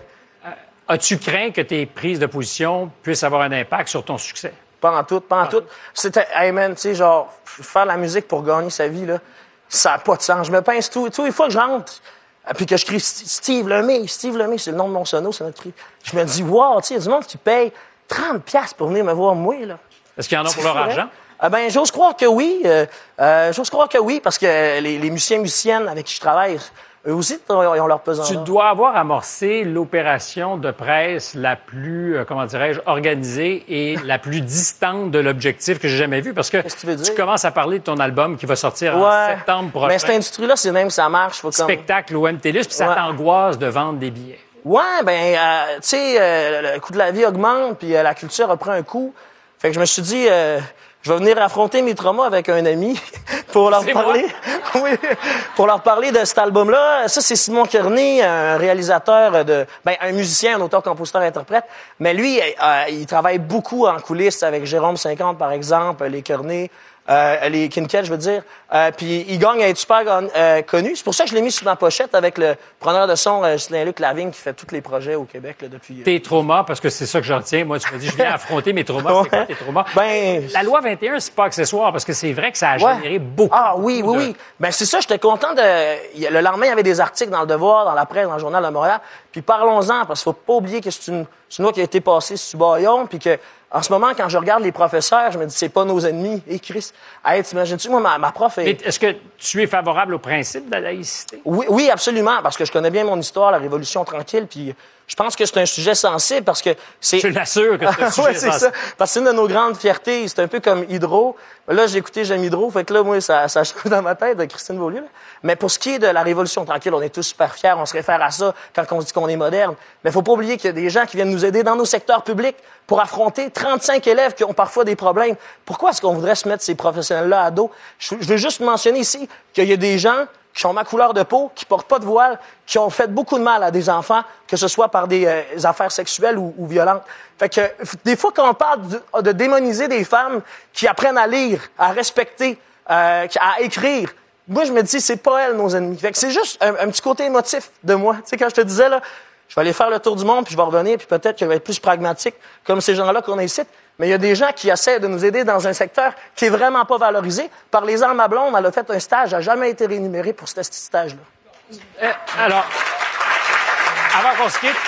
[SPEAKER 2] as-tu craint que tes prises de position puissent avoir un impact sur ton succès?
[SPEAKER 13] Pas en tout, pas en ah. tout. C'était, hey man, tu sais, genre, faire de la musique pour gagner sa vie, là, ça n'a pas de sens. Je me pince tout. Tout, une fois que je rentre, puis que je crie Steve Lemay, Steve Lemay, c'est le nom de mon sono, c'est notre cri. Je me dis, wow, tu sais, il y a du monde qui paye trente dollars pour venir me voir, moi, là.
[SPEAKER 2] Est-ce qu'il y en a pour leur
[SPEAKER 13] vrai?
[SPEAKER 2] argent?
[SPEAKER 13] Ah ben, j'ose croire que oui. Euh, euh, j'ose croire que oui, parce que les, les musiciens musiciennes avec qui je travaille, eux aussi, ils ont leur pesant.
[SPEAKER 2] Tu dois avoir amorcé l'opération de presse la plus, euh, comment dirais-je, organisée et la plus distante de l'objectif que j'ai jamais vu, parce que,
[SPEAKER 13] Qu'est-ce que tu, veux dire?
[SPEAKER 2] tu commences à parler de ton album qui va sortir
[SPEAKER 13] ouais.
[SPEAKER 2] en septembre prochain.
[SPEAKER 13] Mais cette industrie-là, c'est même ça marche. Faut comme...
[SPEAKER 2] Spectacle O M Télus, puis ça
[SPEAKER 13] ouais.
[SPEAKER 2] t'angoisse de vendre des billets.
[SPEAKER 13] Ouais, ben, euh, tu sais, euh, le coût de la vie augmente, puis euh, la culture a pris un coup. Fait que je me suis dit... Euh, je vais venir affronter mes traumas avec un ami pour leur
[SPEAKER 2] c'est
[SPEAKER 13] parler. oui, pour leur parler de cet album-là. Ça, c'est Simon Kearney, un réalisateur de, ben, un musicien, un auteur, compositeur, interprète. Mais lui, euh, il travaille beaucoup en coulisses avec Jérôme cinquante, par exemple, les Kearney, euh, les Kincaid, je veux dire. Euh, puis il gagne à être super euh, connu. C'est pour ça que je l'ai mis sur ma pochette avec le preneur de son, euh, Justin-Luc Lavigne, qui fait tous les projets au Québec là, depuis... Euh...
[SPEAKER 2] Tes traumas, parce que c'est ça que j'en retiens. Moi, tu m'as dit, je viens affronter mes traumas.
[SPEAKER 13] ouais.
[SPEAKER 2] C'est quoi tes traumas?
[SPEAKER 13] Ben...
[SPEAKER 2] La loi vingt et un, c'est pas accessoire, parce que c'est vrai que ça a
[SPEAKER 13] ouais.
[SPEAKER 2] généré beaucoup.
[SPEAKER 13] Ah oui, oui,
[SPEAKER 2] de...
[SPEAKER 13] oui. Ben c'est ça, j'étais content de... Le lendemain, il y avait des articles dans Le Devoir, dans la presse, dans le Journal de Montréal. Puis parlons-en, parce qu'il faut pas oublier que c'est une, c'est une loi qui a été passée sur Bayon, puis que en ce moment, quand je regarde les professeurs, je me dis, c'est pas nos ennemis. Et hey, Chris, hey, t'imagines-tu, moi, ma, ma prof est...
[SPEAKER 2] Mais est-ce que tu es favorable au principe de la laïcité?
[SPEAKER 13] Oui, oui, absolument, parce que je connais bien mon histoire, la Révolution tranquille, puis je pense que c'est un sujet sensible, parce que c'est...
[SPEAKER 2] Je l'assure que c'est un sujet
[SPEAKER 13] ouais, c'est
[SPEAKER 2] sensible.
[SPEAKER 13] Ça. Parce que c'est une de nos grandes fiertés. C'est un peu comme Hydro. Là, j'ai écouté J'aime Hydro, fait que là, moi, ça, ça change dans ma tête de Christine Beaulieu. Là. Mais pour ce qui est de la Révolution tranquille, on est tous super fiers, on se réfère à ça quand on dit qu'on est moderne. Mais faut pas oublier qu'il y a des gens qui viennent nous aider dans nos secteurs publics pour affronter trente-cinq élèves qui ont parfois des problèmes. Pourquoi est-ce qu'on voudrait se mettre ces professionnels-là à dos? Je, je veux juste mentionner ici qu'il y a des gens qui ont ma couleur de peau, qui portent pas de voile, qui ont fait beaucoup de mal à des enfants, que ce soit par des euh, affaires sexuelles ou, ou violentes. Fait que des fois, quand on parle de, de démoniser des femmes qui apprennent à lire, à respecter, euh, à écrire, moi, je me dis, c'est pas elles, nos ennemis. Fait que c'est juste un, un petit côté émotif de moi. Tu sais, quand je te disais, là, je vais aller faire le tour du monde, puis je vais revenir, puis peut-être que je vais être plus pragmatique, comme ces gens-là qu'on a ici. Mais il y a des gens qui essaient de nous aider dans un secteur qui est vraiment pas valorisé. Par les armes à blonde, elle a fait un stage, elle n'a jamais été rémunérée pour ce stage-là.
[SPEAKER 2] Euh, alors, avant qu'on se quitte,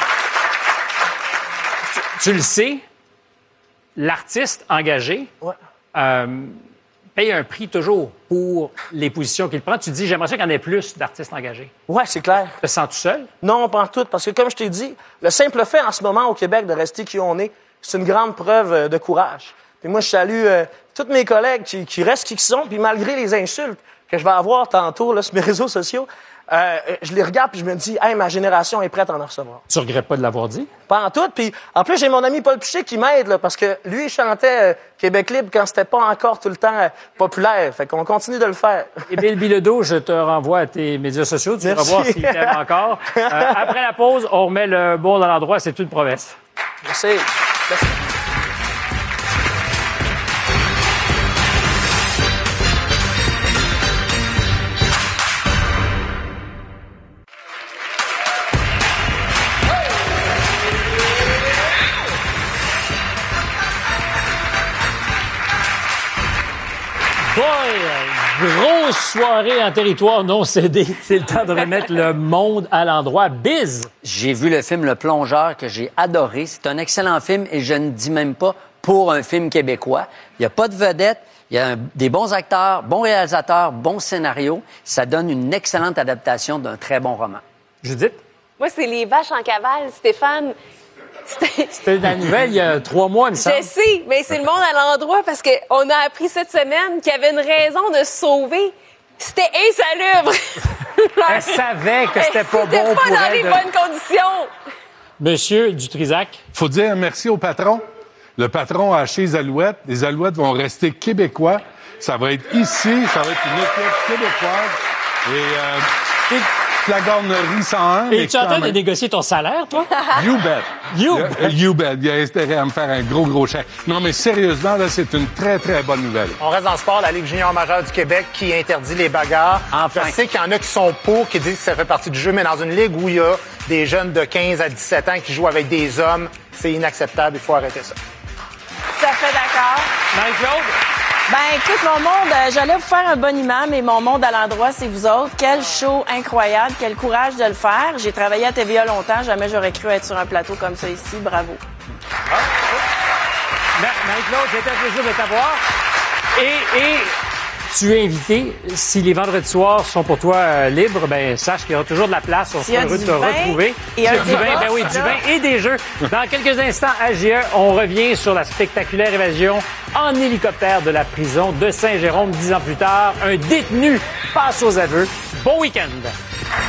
[SPEAKER 2] tu, tu le sais, l'artiste engagé,
[SPEAKER 13] ouais.
[SPEAKER 2] euh, paye un prix toujours pour les positions qu'il prend. Tu te dis, j'aimerais ça qu'il y en ait plus d'artistes engagés.
[SPEAKER 13] Ouais, c'est clair.
[SPEAKER 2] Te sens-tu seul?
[SPEAKER 13] Non, pas en tout, parce que comme je t'ai dit, le simple fait en ce moment au Québec de rester qui on est, c'est une grande preuve euh, de courage. Puis moi, je salue euh, tous mes collègues qui, qui restent qui sont, puis malgré les insultes que je vais avoir tantôt là, sur mes réseaux sociaux, euh, je les regarde puis je me dis, hey, ma génération est prête à en recevoir.
[SPEAKER 2] Tu regrettes pas de l'avoir dit?
[SPEAKER 13] Pas en tout. Puis en plus, j'ai mon ami Paul Piché qui m'aide, là, parce que lui, il chantait euh, Québec libre quand c'était pas encore tout le temps euh, populaire. Fait qu'on continue de le faire.
[SPEAKER 2] Émile Bilodeau, je te renvoie à tes médias sociaux. Tu vas voir s'il t'aime encore. Euh, après la pause, on remet le bon dans l'endroit. C'est une promesse.
[SPEAKER 13] Merci. Merci.
[SPEAKER 2] Boy, grosse soirée en territoire non cédé. C'est le temps de remettre le monde à l'endroit. Biz!
[SPEAKER 8] J'ai vu le film Le Plongeur que j'ai adoré. C'est un excellent film et je ne dis même pas pour un film québécois. Il n'y a pas de vedette. Il y a un, des bons acteurs, bons réalisateurs, bons scénarios. Ça donne une excellente adaptation d'un très bon roman.
[SPEAKER 2] Judith?
[SPEAKER 6] Moi, c'est Les Vaches en cavale, Stéphane.
[SPEAKER 2] C'était la nouvelle il y a trois mois, il me semble.
[SPEAKER 6] Je sais, mais c'est le monde à l'endroit parce qu'on a appris cette semaine qu'il y avait une raison de se sauver. C'était insalubre.
[SPEAKER 2] Elle savait que c'était pas bon
[SPEAKER 6] C'était pas
[SPEAKER 2] pour
[SPEAKER 6] dans
[SPEAKER 2] elle
[SPEAKER 6] les
[SPEAKER 2] de-
[SPEAKER 6] bonnes conditions.
[SPEAKER 2] Monsieur Dutrisac.
[SPEAKER 4] Faut dire merci au patron. Le patron a acheté les Alouettes. Les Alouettes vont rester québécois. Ça va être ici. Ça va être une équipe québécoise. Et, euh, la garnerie cent un.
[SPEAKER 2] Et tu es en train de négocier ton salaire, toi?
[SPEAKER 4] You bet.
[SPEAKER 2] You
[SPEAKER 4] bet. You bet. Il a espéré à me faire un gros, gros chèque. Non, mais sérieusement, là, c'est une très, très bonne nouvelle.
[SPEAKER 5] On reste dans le sport, la Ligue junior majeure du Québec qui interdit les bagarres.
[SPEAKER 8] Enfin.
[SPEAKER 5] Je sais qu'il y en a qui sont pour, qui disent que ça fait partie du jeu, mais dans une ligue où il y a des jeunes de quinze à dix-sept ans qui jouent avec des hommes, c'est inacceptable. Il faut arrêter ça.
[SPEAKER 7] Tout à fait d'accord.
[SPEAKER 2] Marie-Claude?
[SPEAKER 7] Ben, écoute, mon monde, euh, j'allais vous faire un bon imam et mon monde à l'endroit, c'est vous autres. Quel show incroyable, quel courage de le faire. J'ai travaillé à T V A longtemps, jamais j'aurais cru être sur un plateau comme ça ici. Bravo.
[SPEAKER 2] Ah, Marie-Claude, c'était un plaisir de t'avoir. Et, et tu es invité. Si les vendredis soirs sont pour toi euh, libres, ben sache qu'il y aura toujours de la place. On
[SPEAKER 7] S'il y a
[SPEAKER 2] sera heureux de
[SPEAKER 7] du
[SPEAKER 2] te
[SPEAKER 7] vin
[SPEAKER 2] retrouver.
[SPEAKER 7] et un
[SPEAKER 2] du vin,
[SPEAKER 7] débat,
[SPEAKER 2] ben oui, du
[SPEAKER 7] là.
[SPEAKER 2] vin et des jeux. Dans quelques instants, à J E, on revient sur la spectaculaire évasion en hélicoptère de la prison de Saint-Jérôme. Dix ans plus tard, un détenu passe aux aveux. Bon week-end.